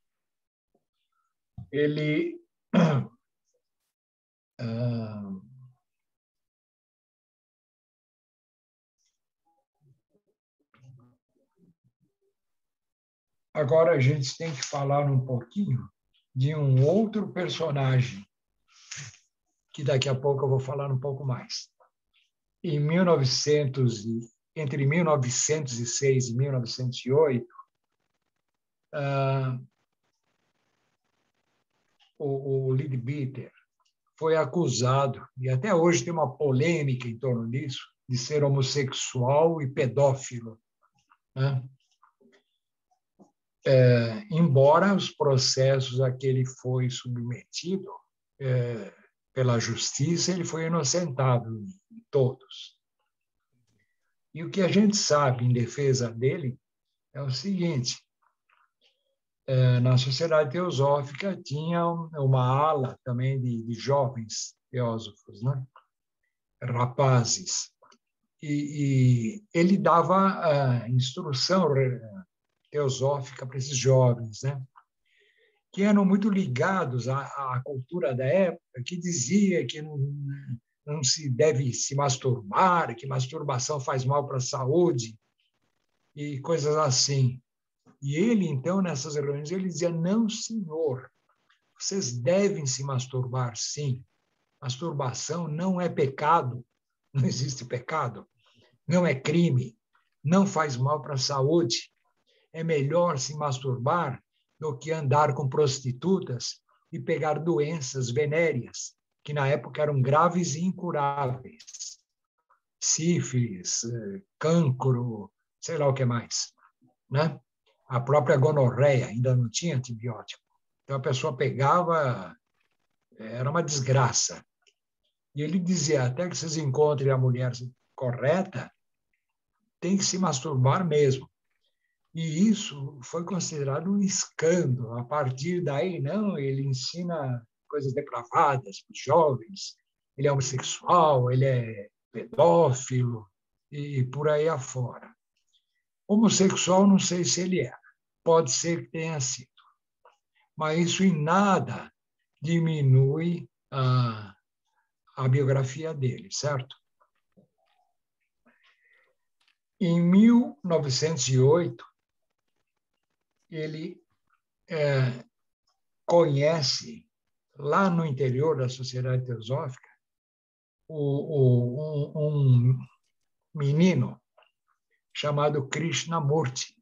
Ele agora a gente tem que falar um pouquinho de um outro personagem, que daqui a pouco eu vou falar um pouco mais. Entre 1906 e 1908, o Leadbeater foi acusado, e até hoje tem uma polêmica em torno disso, de ser homossexual e pedófilo, né? Embora os processos a que ele foi submetido pela justiça, ele foi inocentado em todos. E o que a gente sabe em defesa dele é o seguinte: na Sociedade Teosófica tinha uma ala também de jovens teósofos, né? Rapazes. E ele dava instrução teosófica para esses jovens, né? Que eram muito ligados à cultura da época, que dizia que não se deve se masturbar, que masturbação faz mal para a saúde e coisas assim. E ele, então, nessas reuniões, ele dizia: não, senhor, vocês devem se masturbar, sim. Masturbação não é pecado, não existe pecado, não é crime, não faz mal para a saúde. É melhor se masturbar do que andar com prostitutas e pegar doenças venéreas, que na época eram graves e incuráveis. Sífilis, cancro, sei lá o que mais, né? A própria gonorreia ainda não tinha antibiótico. Então a pessoa pegava, era uma desgraça. E ele dizia: até que vocês encontrem a mulher correta, tem que se masturbar mesmo. E isso foi considerado um escândalo. A partir daí, não, ele ensina coisas depravadas para os jovens, ele é homossexual, ele é pedófilo e por aí afora. Homossexual, não sei se ele é, pode ser que tenha sido, mas isso em nada diminui a biografia dele, certo? Em 1908, ele conhece, lá no interior da Sociedade Teosófica, um menino chamado Krishnamurti.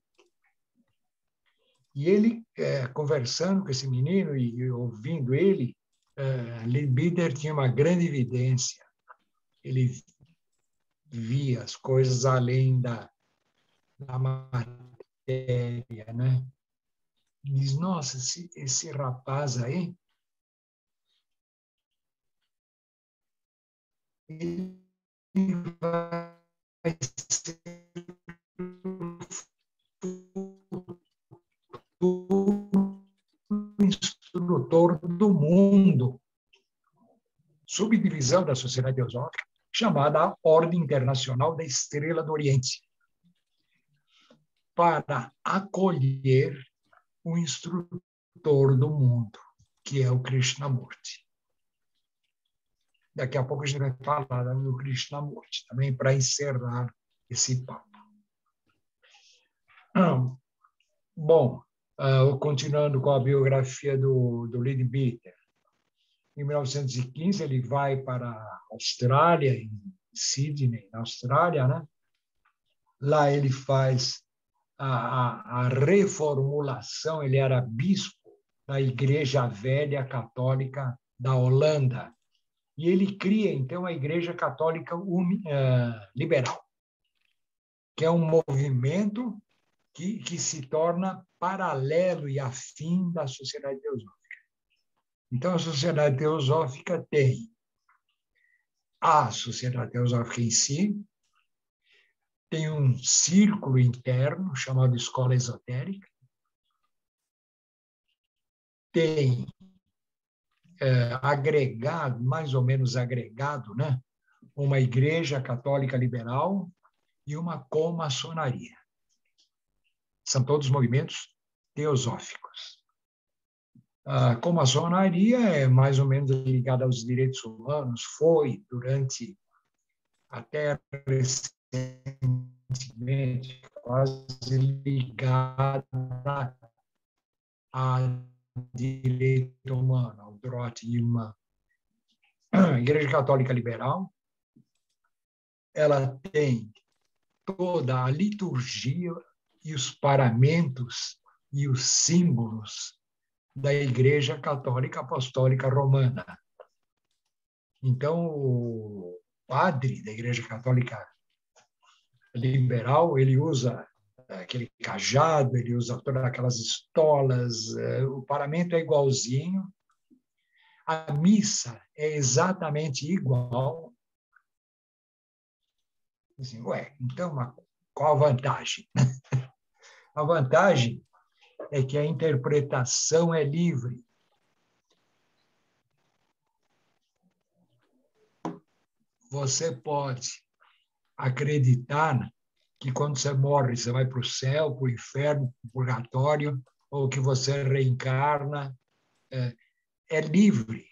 E ele, conversando com esse menino e ouvindo ele, Leadbeater tinha uma grande evidência. Ele via as coisas além da matéria, né? Diz: nossa, esse rapaz aí, ele vai ser o instrutor do mundo. Subdivisão da Sociedade Teosófica, chamada Ordem Internacional da Estrela do Oriente, para acolher o instrutor do mundo, que é o Krishnamurti. Daqui a pouco a gente vai falar do Krishnamurti, também para encerrar esse papo. Bom, continuando com a biografia do Leadbeater. Em 1915, ele vai para a Austrália, em Sydney, na Austrália, né? Lá ele faz a reformulação, ele era bispo da Igreja Velha Católica da Holanda. E ele cria, então, a Igreja Católica Liberal, que é um movimento que se torna paralelo e afim da sociedade teosófica. Então, a sociedade teosófica tem a sociedade teosófica em si, tem um círculo interno chamado escola esotérica, tem agregado, mais ou menos agregado, né, uma igreja católica liberal e uma comaçonaria. São todos movimentos teosóficos. A comaçonaria é mais ou menos ligada aos direitos humanos, foi durante até recentemente quase ligada a direito humano, ao Droit Humain. A Igreja Católica Liberal, ela tem toda a liturgia e os paramentos e os símbolos da Igreja Católica Apostólica Romana. Então, o padre da Igreja Católica Liberal, ele usa aquele cajado, ele usa todas aquelas estolas, o paramento é igualzinho, a missa é exatamente igual. Assim, então, qual a vantagem? A vantagem é que a interpretação é livre. Você pode acreditar que quando você morre, você vai para o céu, para o inferno, para o purgatório, ou que você reencarna. É livre.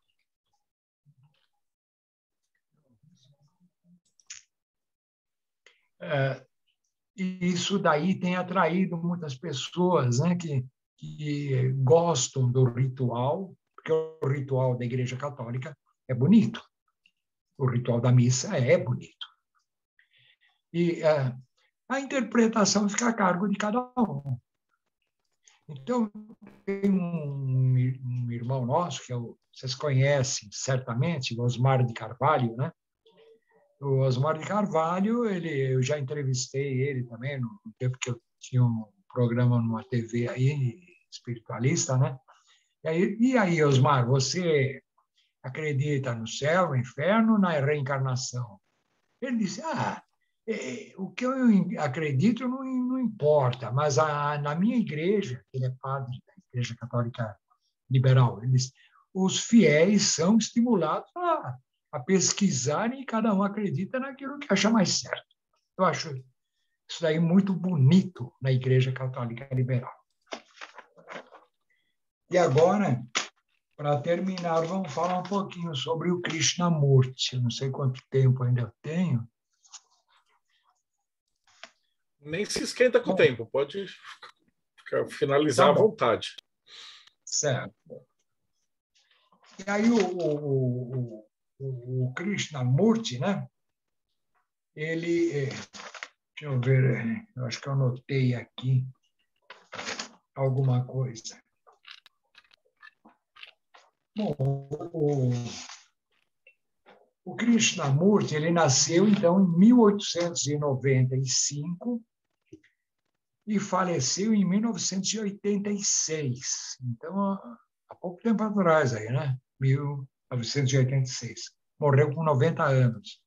E isso daí tem atraído muitas pessoas, né, que gostam do ritual, porque o ritual da Igreja Católica é bonito. O ritual da missa é bonito. E a interpretação fica a cargo de cada um. Então, tem um irmão nosso, que vocês conhecem certamente, o Osmar de Carvalho, né? O Osmar de Carvalho, eu já entrevistei ele também, no tempo que eu tinha um programa numa TV aí, espiritualista, né? E aí, Osmar, você acredita no céu, no inferno, na reencarnação? Ele disse, o que eu acredito não importa, mas na minha igreja, ele é padre da Igreja Católica Liberal, ele disse, os fiéis são estimulados a pesquisarem e cada um acredita naquilo que acha mais certo. Eu acho isso daí muito bonito na Igreja Católica Liberal. E agora, para terminar, vamos falar um pouquinho sobre o Krishnamurti. Eu não sei quanto tempo ainda eu tenho. Nem se esquenta com o tempo, pode finalizar à vontade. Certo. E aí o Krishnamurti, né? Ele, deixa eu ver, eu acho que eu anotei aqui alguma coisa. Bom, o Krishnamurti, ele nasceu, então, em 1895 e faleceu em 1986. Então, há pouco tempo atrás, aí, né? 1986. Morreu com 90 anos.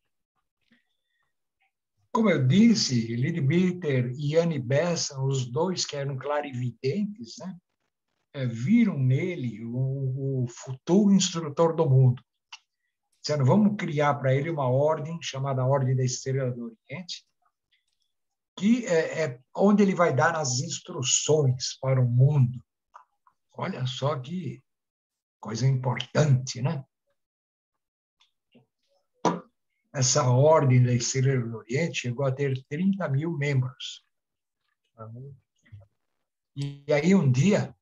Como eu disse, Leadbeater e Annie Besant, os dois que eram clarividentes, né? Viram nele o futuro instrutor do mundo. Dizendo, vamos criar para ele uma ordem chamada Ordem da Estrela do Oriente, que é onde ele vai dar as instruções para o mundo. Olha só que coisa importante, né? Essa Ordem da Estrela do Oriente chegou a ter 30 mil membros. E aí, um dia,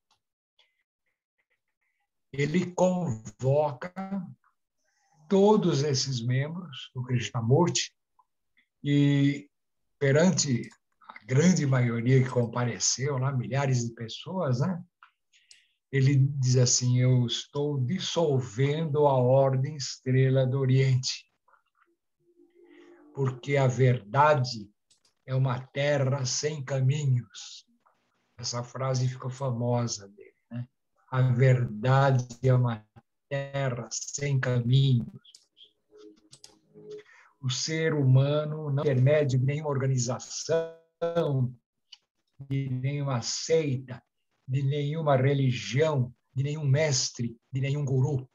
ele convoca todos esses membros do Krishnamurti e, perante a grande maioria que compareceu, lá, milhares de pessoas, né? Ele diz assim, eu estou dissolvendo a Ordem Estrela do Oriente, porque a verdade é uma terra sem caminhos. Essa frase ficou famosa dele, né? A verdade é uma terra sem caminhos. O ser humano não é intermédio de nenhuma organização, de nenhuma seita, de nenhuma religião, de nenhum mestre, de nenhum guru.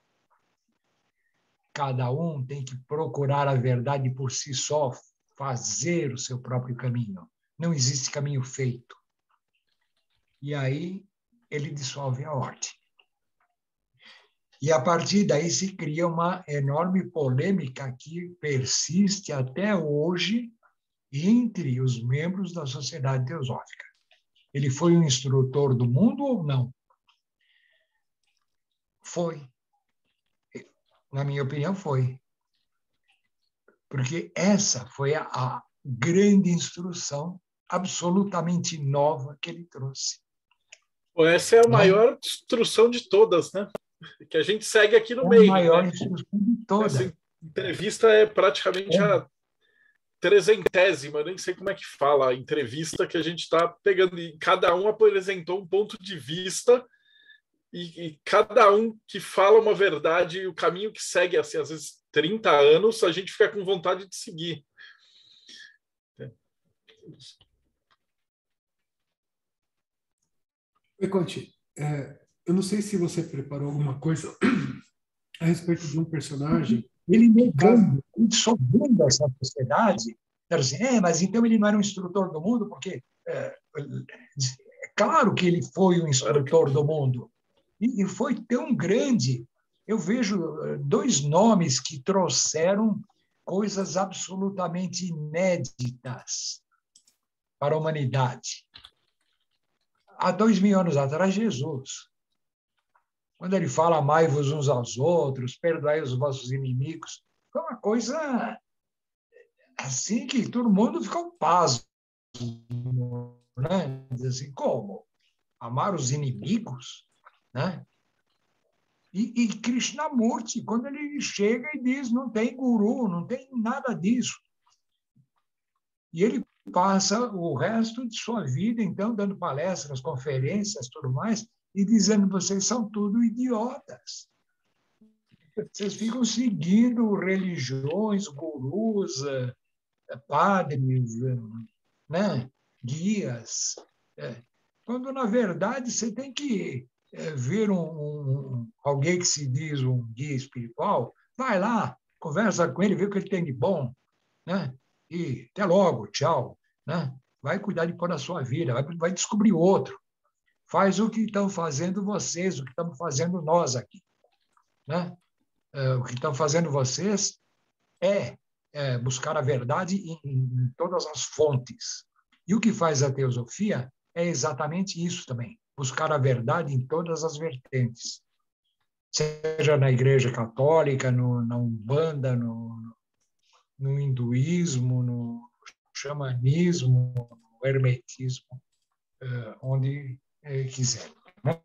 Cada um tem que procurar a verdade por si só, fazer o seu próprio caminho. Não existe caminho feito. E aí ele dissolve a ordem. E a partir daí se cria uma enorme polêmica que persiste até hoje entre os membros da Sociedade Teosófica. Ele foi um instrutor do mundo ou não? Foi. Na minha opinião, foi. Porque essa foi a grande instrução absolutamente nova que ele trouxe. Essa é a maior instrução de todas, né? Que a gente segue aqui no meio. A maior né? instrução de todas. Essa entrevista é praticamente a 300ª, eu nem sei como é que fala a entrevista que a gente está pegando. E cada um apresentou um ponto de vista e cada um que fala uma verdade e o caminho que segue, assim, às vezes 30 anos, a gente fica com vontade de seguir. Oi, Conte. Eu não sei se você preparou alguma coisa a respeito de um personagem. Ele negando, sobrando essa sociedade, era assim, mas então ele não era um instrutor do mundo, porque é claro que ele foi um instrutor do mundo. E foi tão grande. Eu vejo dois nomes que trouxeram coisas absolutamente inéditas para a humanidade. Há 2000 anos atrás, Jesus. Quando ele fala, amai-vos uns aos outros, perdoai os vossos inimigos, foi uma coisa assim que todo mundo ficou pasmo, né? Diz assim, como? Amar os inimigos? Né? E Krishnamurti, quando ele chega e diz, não tem guru, não tem nada disso. E ele passa o resto de sua vida, então, dando palestras, conferências, tudo mais, e dizendo, vocês são tudo idiotas. Vocês ficam seguindo religiões, gurus, padres, né? Guias. Quando, na verdade, você tem que ver alguém que se diz um guia espiritual, vai lá, conversa com ele, vê o que ele tem de bom, né? E até logo, tchau. Né? Vai cuidar de pôr a sua vida, vai descobrir outro. Faz o que estão fazendo vocês, o que estamos fazendo nós aqui. Né? O que estão fazendo vocês é buscar a verdade em todas as fontes. E o que faz a teosofia é exatamente isso também, buscar a verdade em todas as vertentes. Seja na Igreja Católica, na Umbanda, no hinduísmo, no xamanismo, no hermetismo, onde quiser. Né?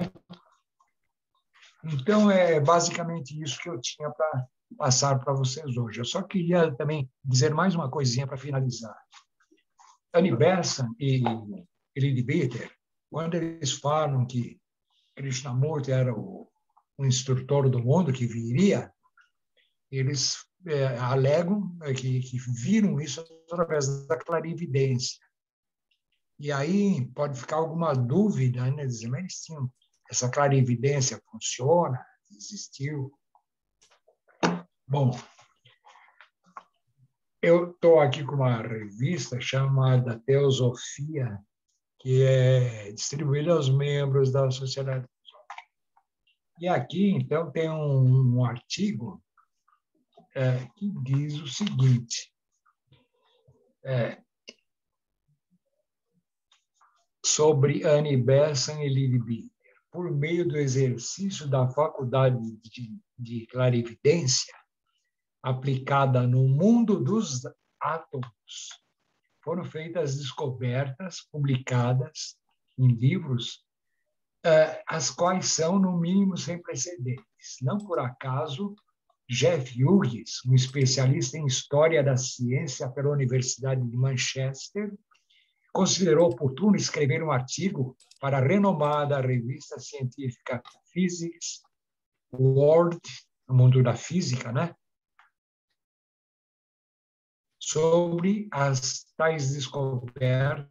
Então, é basicamente isso que eu tinha para passar para vocês hoje. Eu só queria também dizer mais uma coisinha para finalizar. Annie Besant e Lily Bitter, quando eles falam que Krishnamurti era o instrutor do mundo que viria, eles alegam que viram isso através da clarividência. E aí pode ficar alguma dúvida, né? Dizer, mas sim, essa clarividência funciona? Existiu? Bom, eu estou aqui com uma revista chamada Teosofia, que é distribuída aos membros da Sociedade. E aqui, então, tem um artigo que diz o seguinte, sobre Annie Besant e Lily Bitter. Por meio do exercício da faculdade de clarividência, aplicada no mundo dos átomos, foram feitas descobertas publicadas em livros, as quais são, no mínimo, sem precedentes. Não por acaso, Jeff Hughes, um especialista em História da Ciência pela Universidade de Manchester, considerou oportuno escrever um artigo para a renomada revista científica Physics World, no mundo da física, né? Sobre as tais descobertas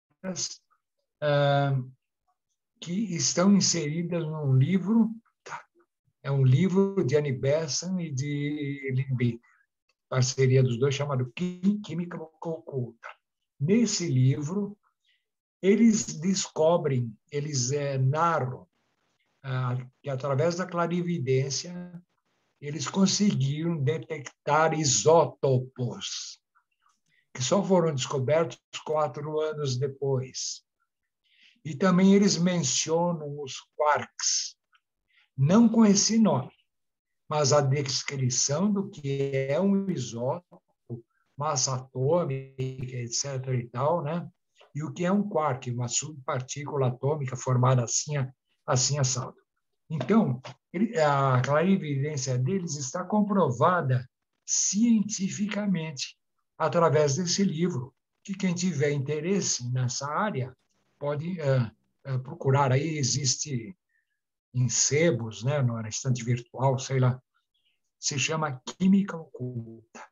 que estão inseridas num livro, é um livro de Annie Besant e de Lindbergh, parceria dos dois, chamado Química Oculta. Nesse livro, eles descobrem, eles narram que, através da clarividência, eles conseguiram detectar isótopos, que só foram descobertos 4 anos depois. E também eles mencionam os quarks, não com esse nome, mas a descrição do que é um isótopo, massa atômica, etc. e tal, né? E o que é um quark, uma subpartícula atômica formada assim assado. Então, a clarividência deles está comprovada cientificamente através desse livro, que quem tiver interesse nessa área pode procurar. Aí existe em sebos, né, na estante virtual, sei lá, se chama Química Oculta.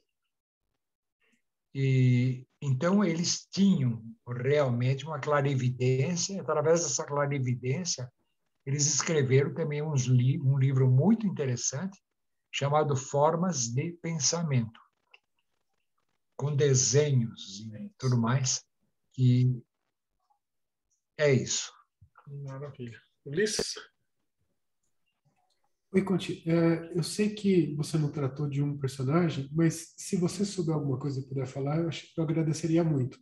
E então eles tinham realmente uma clarividência, através dessa clarividência, eles escreveram também um livro muito interessante, chamado Formas de Pensamento, com desenhos e tudo mais, que é isso. Maravilha. Ulisses? Oi, Conti. Eu sei que você não tratou de um personagem, mas se você souber alguma coisa e puder falar, eu agradeceria muito.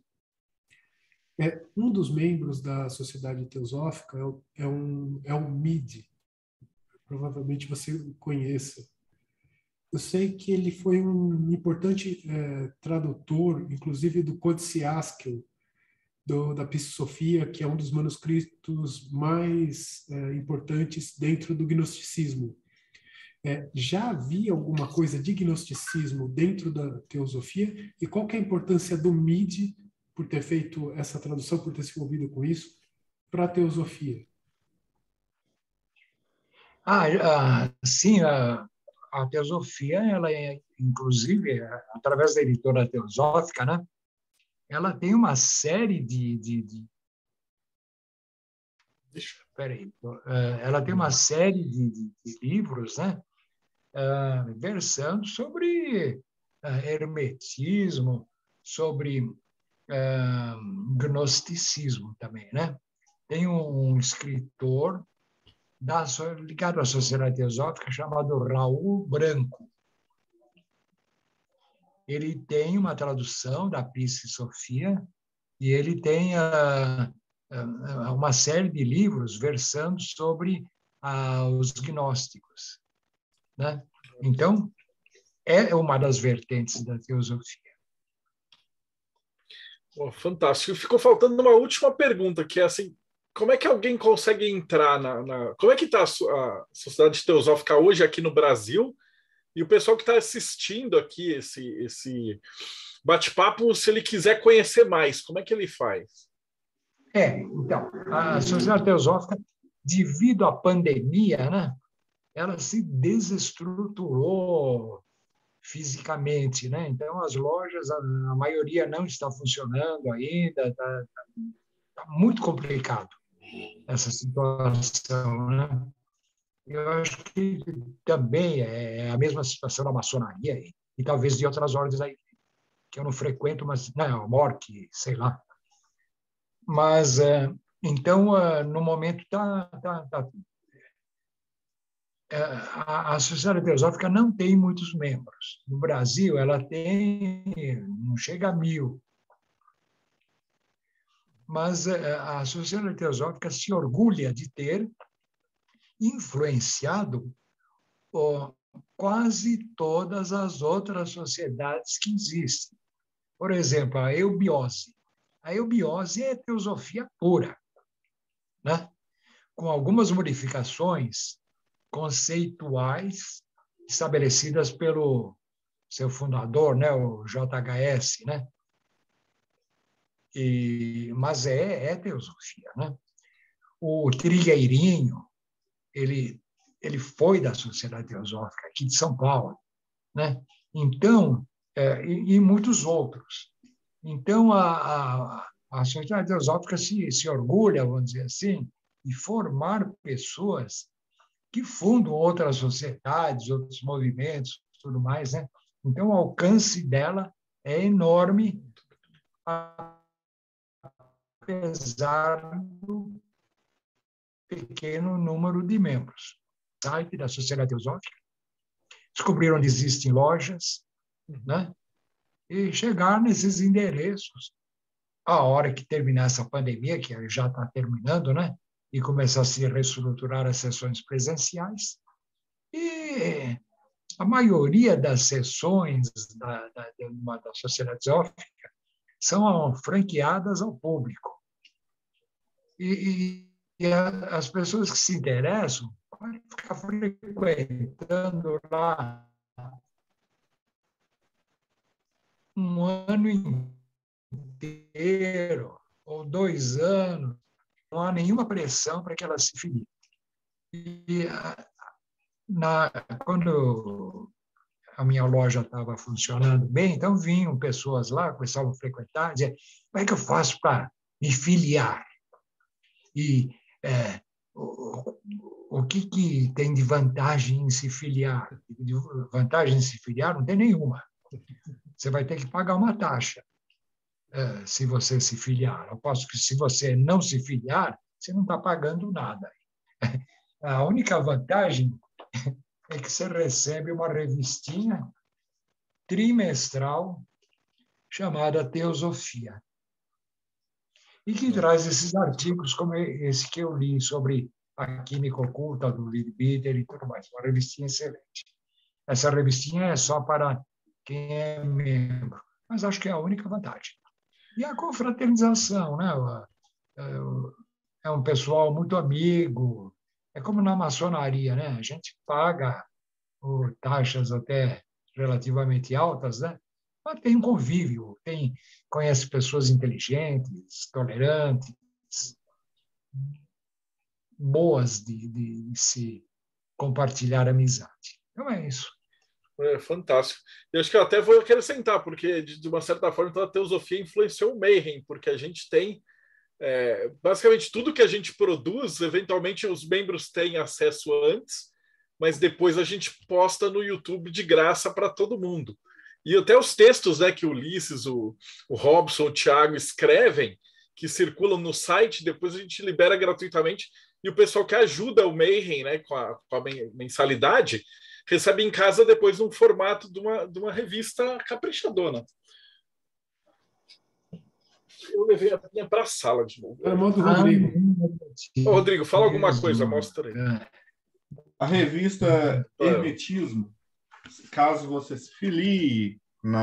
Um dos membros da Sociedade Teosófica é um MID. Provavelmente você o conheça. Eu sei que ele foi um importante tradutor, inclusive do Códice Haskell, da Psicosofia, que é um dos manuscritos mais importantes dentro do gnosticismo. Já havia alguma coisa de gnosticismo dentro da teosofia? E qual que é a importância do MID, por ter feito essa tradução, por ter se envolvido com isso, para a teosofia? Sim, a teosofia, ela é, inclusive, através da editora teosófica, né? Ela tem uma série ela tem uma série de livros, né? Versando sobre hermetismo, sobre gnosticismo também, né? Tem um escritor ligado à Sociedade Teosófica chamado Raul Branco. Ele tem uma tradução da Psicosofia e ele tem uma série de livros versando sobre os gnósticos, né? Então, é uma das vertentes da teosofia. Oh, fantástico. Ficou faltando uma última pergunta, que é assim, como é que alguém consegue entrar Como é que está a Sociedade Teosófica hoje aqui no Brasil? E o pessoal que está assistindo aqui esse bate-papo, se ele quiser conhecer mais, como é que ele faz? Então, a Sociedade Teosófica, devido à pandemia, né, ela se desestruturou fisicamente, né? Então, as lojas, a maioria não está funcionando ainda, está muito complicado essa situação, né? Eu acho que também é a mesma situação da maçonaria e talvez de outras ordens aí que eu não frequento, mas não, MORC, sei lá. Mas então no momento a Sociedade Teosófica não tem muitos membros. No Brasil, ela não chega a 1.000. Mas a Sociedade Teosófica se orgulha de ter influenciado quase todas as outras sociedades que existem. Por exemplo, a eubiose. A eubiose é teosofia pura, né? Com algumas modificações conceituais estabelecidas pelo seu fundador, né, o JHS, né? Mas é teosofia, né? O Trigueirinho, ele foi da Sociedade Teosófica aqui de São Paulo, né? Então, e muitos outros. Então, a Sociedade Teosófica se orgulha, vamos dizer assim, de formar pessoas que fundam outras sociedades, outros movimentos, tudo mais, né? Então, o alcance dela é enorme, apesar do pequeno número de membros. O site da Sociedade Teosófica, descobriram onde existem lojas, né? E chegar nesses endereços. A hora que terminar essa pandemia, que já está terminando, né? E começar a se reestruturar as sessões presenciais. E a maioria das sessões da Sociedade Teosófica são franqueadas ao público. E as pessoas que se interessam podem ficar frequentando lá um ano inteiro ou 2 anos. Não há nenhuma pressão para que elas se filiem. E quando a minha loja estava funcionando bem, então vinham pessoas lá, começavam a frequentar, dizer, como é que eu faço para me filiar? E o que tem de vantagem em se filiar? De vantagem em se filiar não tem nenhuma. Você vai ter que pagar uma taxa se você se filiar. Eu posso que, se você não se filiar, você não está pagando nada. A única vantagem é que você recebe uma revistinha trimestral chamada Teosofia, e que traz esses artigos como esse que eu li sobre a química oculta do Leadbeater e tudo mais. Uma revistinha excelente. Essa revistinha é só para quem é membro, mas acho que é a única vantagem. E a confraternização, né? É um pessoal muito amigo, é como na maçonaria, né? A gente paga taxas até relativamente altas, né? Mas tem um convívio, conhece pessoas inteligentes, tolerantes, boas de se compartilhar amizade. Então é isso. É fantástico. Eu acho que eu até vou acrescentar, porque de uma certa forma então, a teosofia influenciou o Mayhem, porque a gente tem basicamente tudo que a gente produz, eventualmente os membros têm acesso antes, mas depois a gente posta no YouTube de graça para todo mundo. E até os textos, né, que o Ulisses, o Robson, o Thiago escrevem, que circulam no site, depois a gente libera gratuitamente, e o pessoal que ajuda o Mayhem, né, com a mensalidade, recebe em casa depois num formato de uma revista caprichadona. Eu levei a minha para a sala de novo. Era mão do Rodrigo. Ô, Rodrigo, fala alguma coisa, mostra aí. A revista Hermetismo, caso você se filie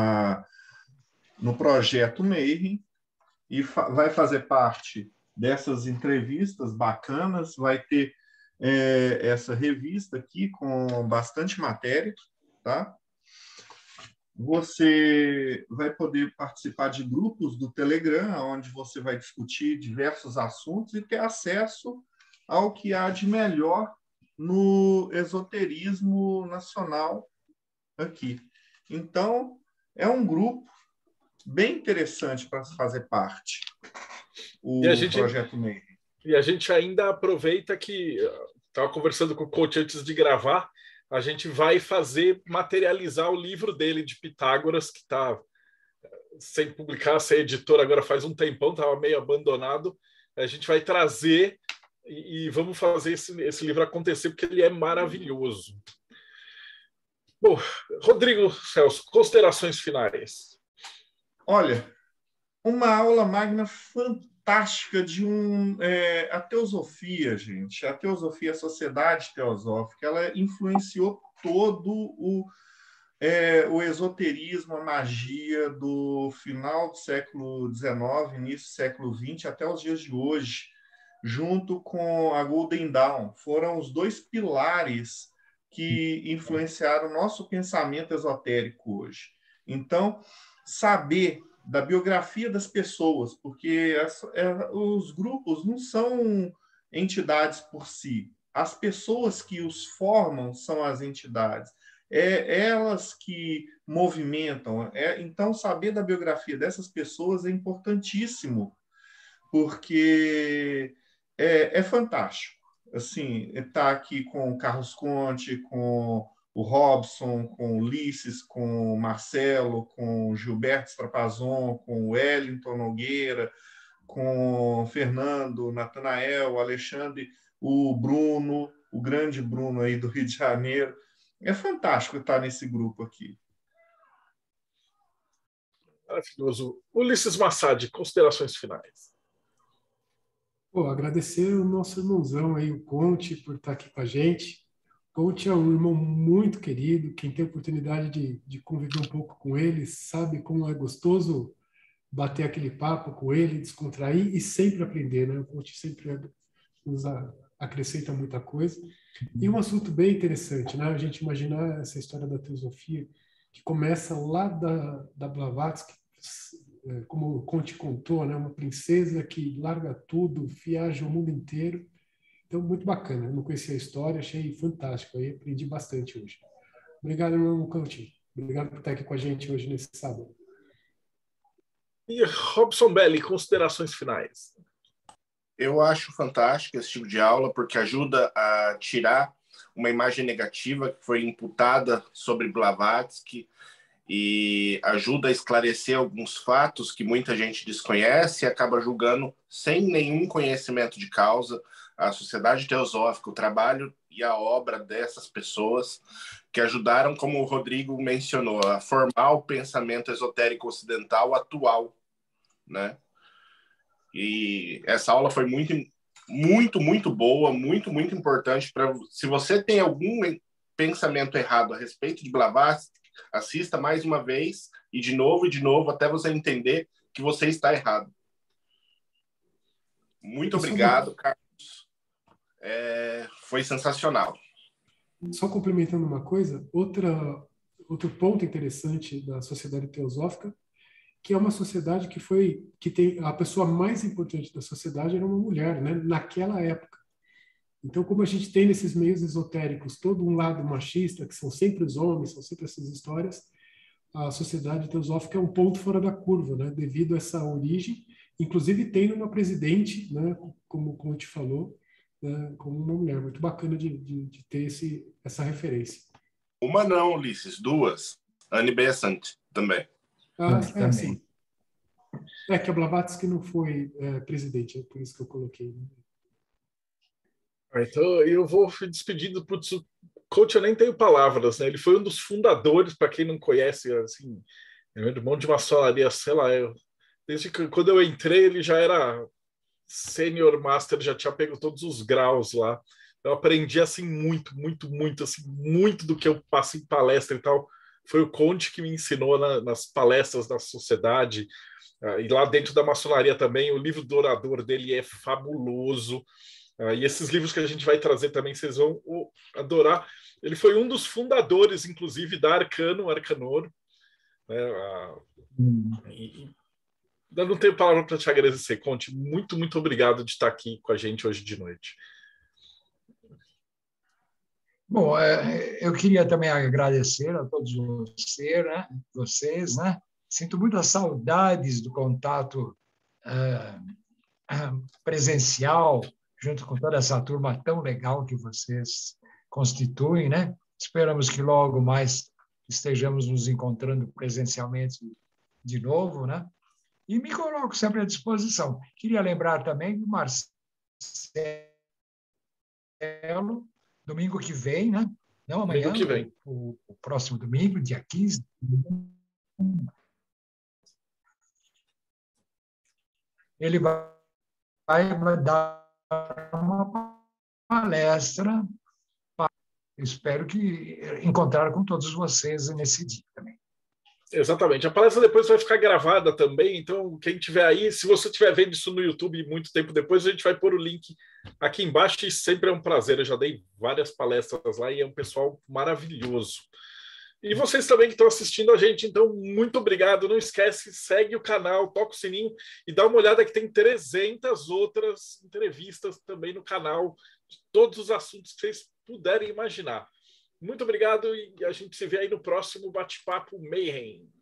no projeto Mayhem e vai fazer parte dessas entrevistas bacanas, vai ter essa revista aqui com bastante matéria, tá? Você vai poder participar de grupos do Telegram, onde você vai discutir diversos assuntos e ter acesso ao que há de melhor no esoterismo nacional aqui. Então, é um grupo bem interessante para fazer parte, o Projeto Mayhem. E a gente ainda aproveita que estava conversando com o coach antes de gravar, a gente vai materializar o livro dele de Pitágoras, que está sem publicar, sem editor agora faz um tempão, estava meio abandonado. A gente vai trazer e vamos fazer esse livro acontecer, porque ele é maravilhoso. Bom, Rodrigo Celso, considerações finais. Olha, uma aula magna fantástica de a teosofia, gente. A teosofia, a sociedade teosófica, ela influenciou todo o esoterismo, a magia do final do século XIX, início do século XX, até os dias de hoje, junto com a Golden Dawn. Foram os dois pilares que influenciaram o nosso pensamento esotérico hoje. Então, saber da biografia das pessoas, porque os grupos não são entidades por si. As pessoas que os formam são as entidades. Elas que movimentam. Então, saber da biografia dessas pessoas é importantíssimo, porque é fantástico. Assim, estar aqui com o Carlos Conte, com o Robson, com o Ulisses, com o Marcelo, com o Gilberto Strapazon, com o Wellington Nogueira, com o Fernando, Natanael, o Alexandre, o Bruno, o grande Bruno aí do Rio de Janeiro. É fantástico estar nesse grupo aqui. Maravilhoso. Ulisses Massad, considerações finais. Pô, agradecer o nosso irmãozão aí, o Conte, por estar aqui com a gente. O Conte é um irmão muito querido. Quem tem a oportunidade de conviver um pouco com ele sabe como é gostoso bater aquele papo com ele, descontrair e sempre aprender, né? O Conte sempre nos acrescenta muita coisa. E um assunto bem interessante, né? A gente imaginar essa história da teosofia, que começa lá da Blavatsky, como o Conte contou, né? Uma princesa que larga tudo, viaja o mundo inteiro. Então, muito bacana. Eu não conhecia a história, achei fantástico. Aí aprendi bastante hoje. Obrigado, irmão Conte. Obrigado por estar aqui com a gente hoje nesse sábado. E Robson Belli, considerações finais. Eu acho fantástico esse tipo de aula, porque ajuda a tirar uma imagem negativa que foi imputada sobre Blavatsky e ajuda a esclarecer alguns fatos que muita gente desconhece e acaba julgando sem nenhum conhecimento de causa a sociedade teosófica, o trabalho e a obra dessas pessoas que ajudaram, como o Rodrigo mencionou, a formar o pensamento esotérico ocidental atual, né? E essa aula foi muito boa, muito importante. Se você tem algum pensamento errado a respeito de Blavatsky, assista mais uma vez e de novo, até você entender que você está errado. Muito obrigado, Carlos. Foi sensacional. Só complementando uma coisa, outro ponto interessante da sociedade teosófica, que é uma sociedade que tem a pessoa mais importante da sociedade era uma mulher, né? Naquela época. Então, como a gente tem nesses meios esotéricos todo um lado machista, que são sempre os homens, são sempre essas histórias, a sociedade teosófica é um ponto fora da curva, né? Devido a essa origem, inclusive tendo uma presidente, né? Como o Conte falou, né? Como uma mulher. Muito bacana de ter essa referência. Uma não, Ulisses, duas. Anne Besant também. Sim. É que a Blavatsky não foi presidente, é por isso que eu coloquei. Né? Então, eu vou despedindo para o Coach, eu nem tenho palavras, né? Ele foi um dos fundadores, para quem não conhece, assim, irmão de maçonaria, sei lá, desde que quando eu entrei, ele já era senior master, já tinha pego todos os graus lá. Eu aprendi, assim, muito do que eu passo em palestra e tal. Foi o Conte que me ensinou nas palestras da sociedade, e lá dentro da maçonaria também. O livro do orador dele é fabuloso. E esses livros que a gente vai trazer também, vocês vão adorar. Ele foi um dos fundadores, inclusive, da Arcanor. Né? Eu não tenho palavra para te agradecer, Conte. Muito obrigado de estar aqui com a gente hoje de noite. Bom, eu queria também agradecer a todos vocês, né? Sinto muitas saudades do contato presencial, junto com toda essa turma tão legal que vocês constituem, né? Esperamos que logo mais estejamos nos encontrando presencialmente de novo, né? E me coloco sempre à disposição. Queria lembrar também do Marcelo, domingo que vem, né? Não amanhã, que vem. O próximo domingo, dia 15. Ele vai dar uma palestra. Espero que encontrar com todos vocês nesse dia também. Exatamente. A palestra depois vai ficar gravada também, então quem tiver aí, se você estiver vendo isso no YouTube muito tempo depois, a gente vai pôr o link aqui embaixo e sempre é um prazer. Eu já dei várias palestras lá e é um pessoal maravilhoso. E vocês também que estão assistindo a gente, então, muito obrigado. Não esquece, segue o canal, toca o sininho e dá uma olhada que tem 300 outras entrevistas também no canal, de todos os assuntos que vocês puderem imaginar. Muito obrigado e a gente se vê aí no próximo Bate-Papo Mayhem.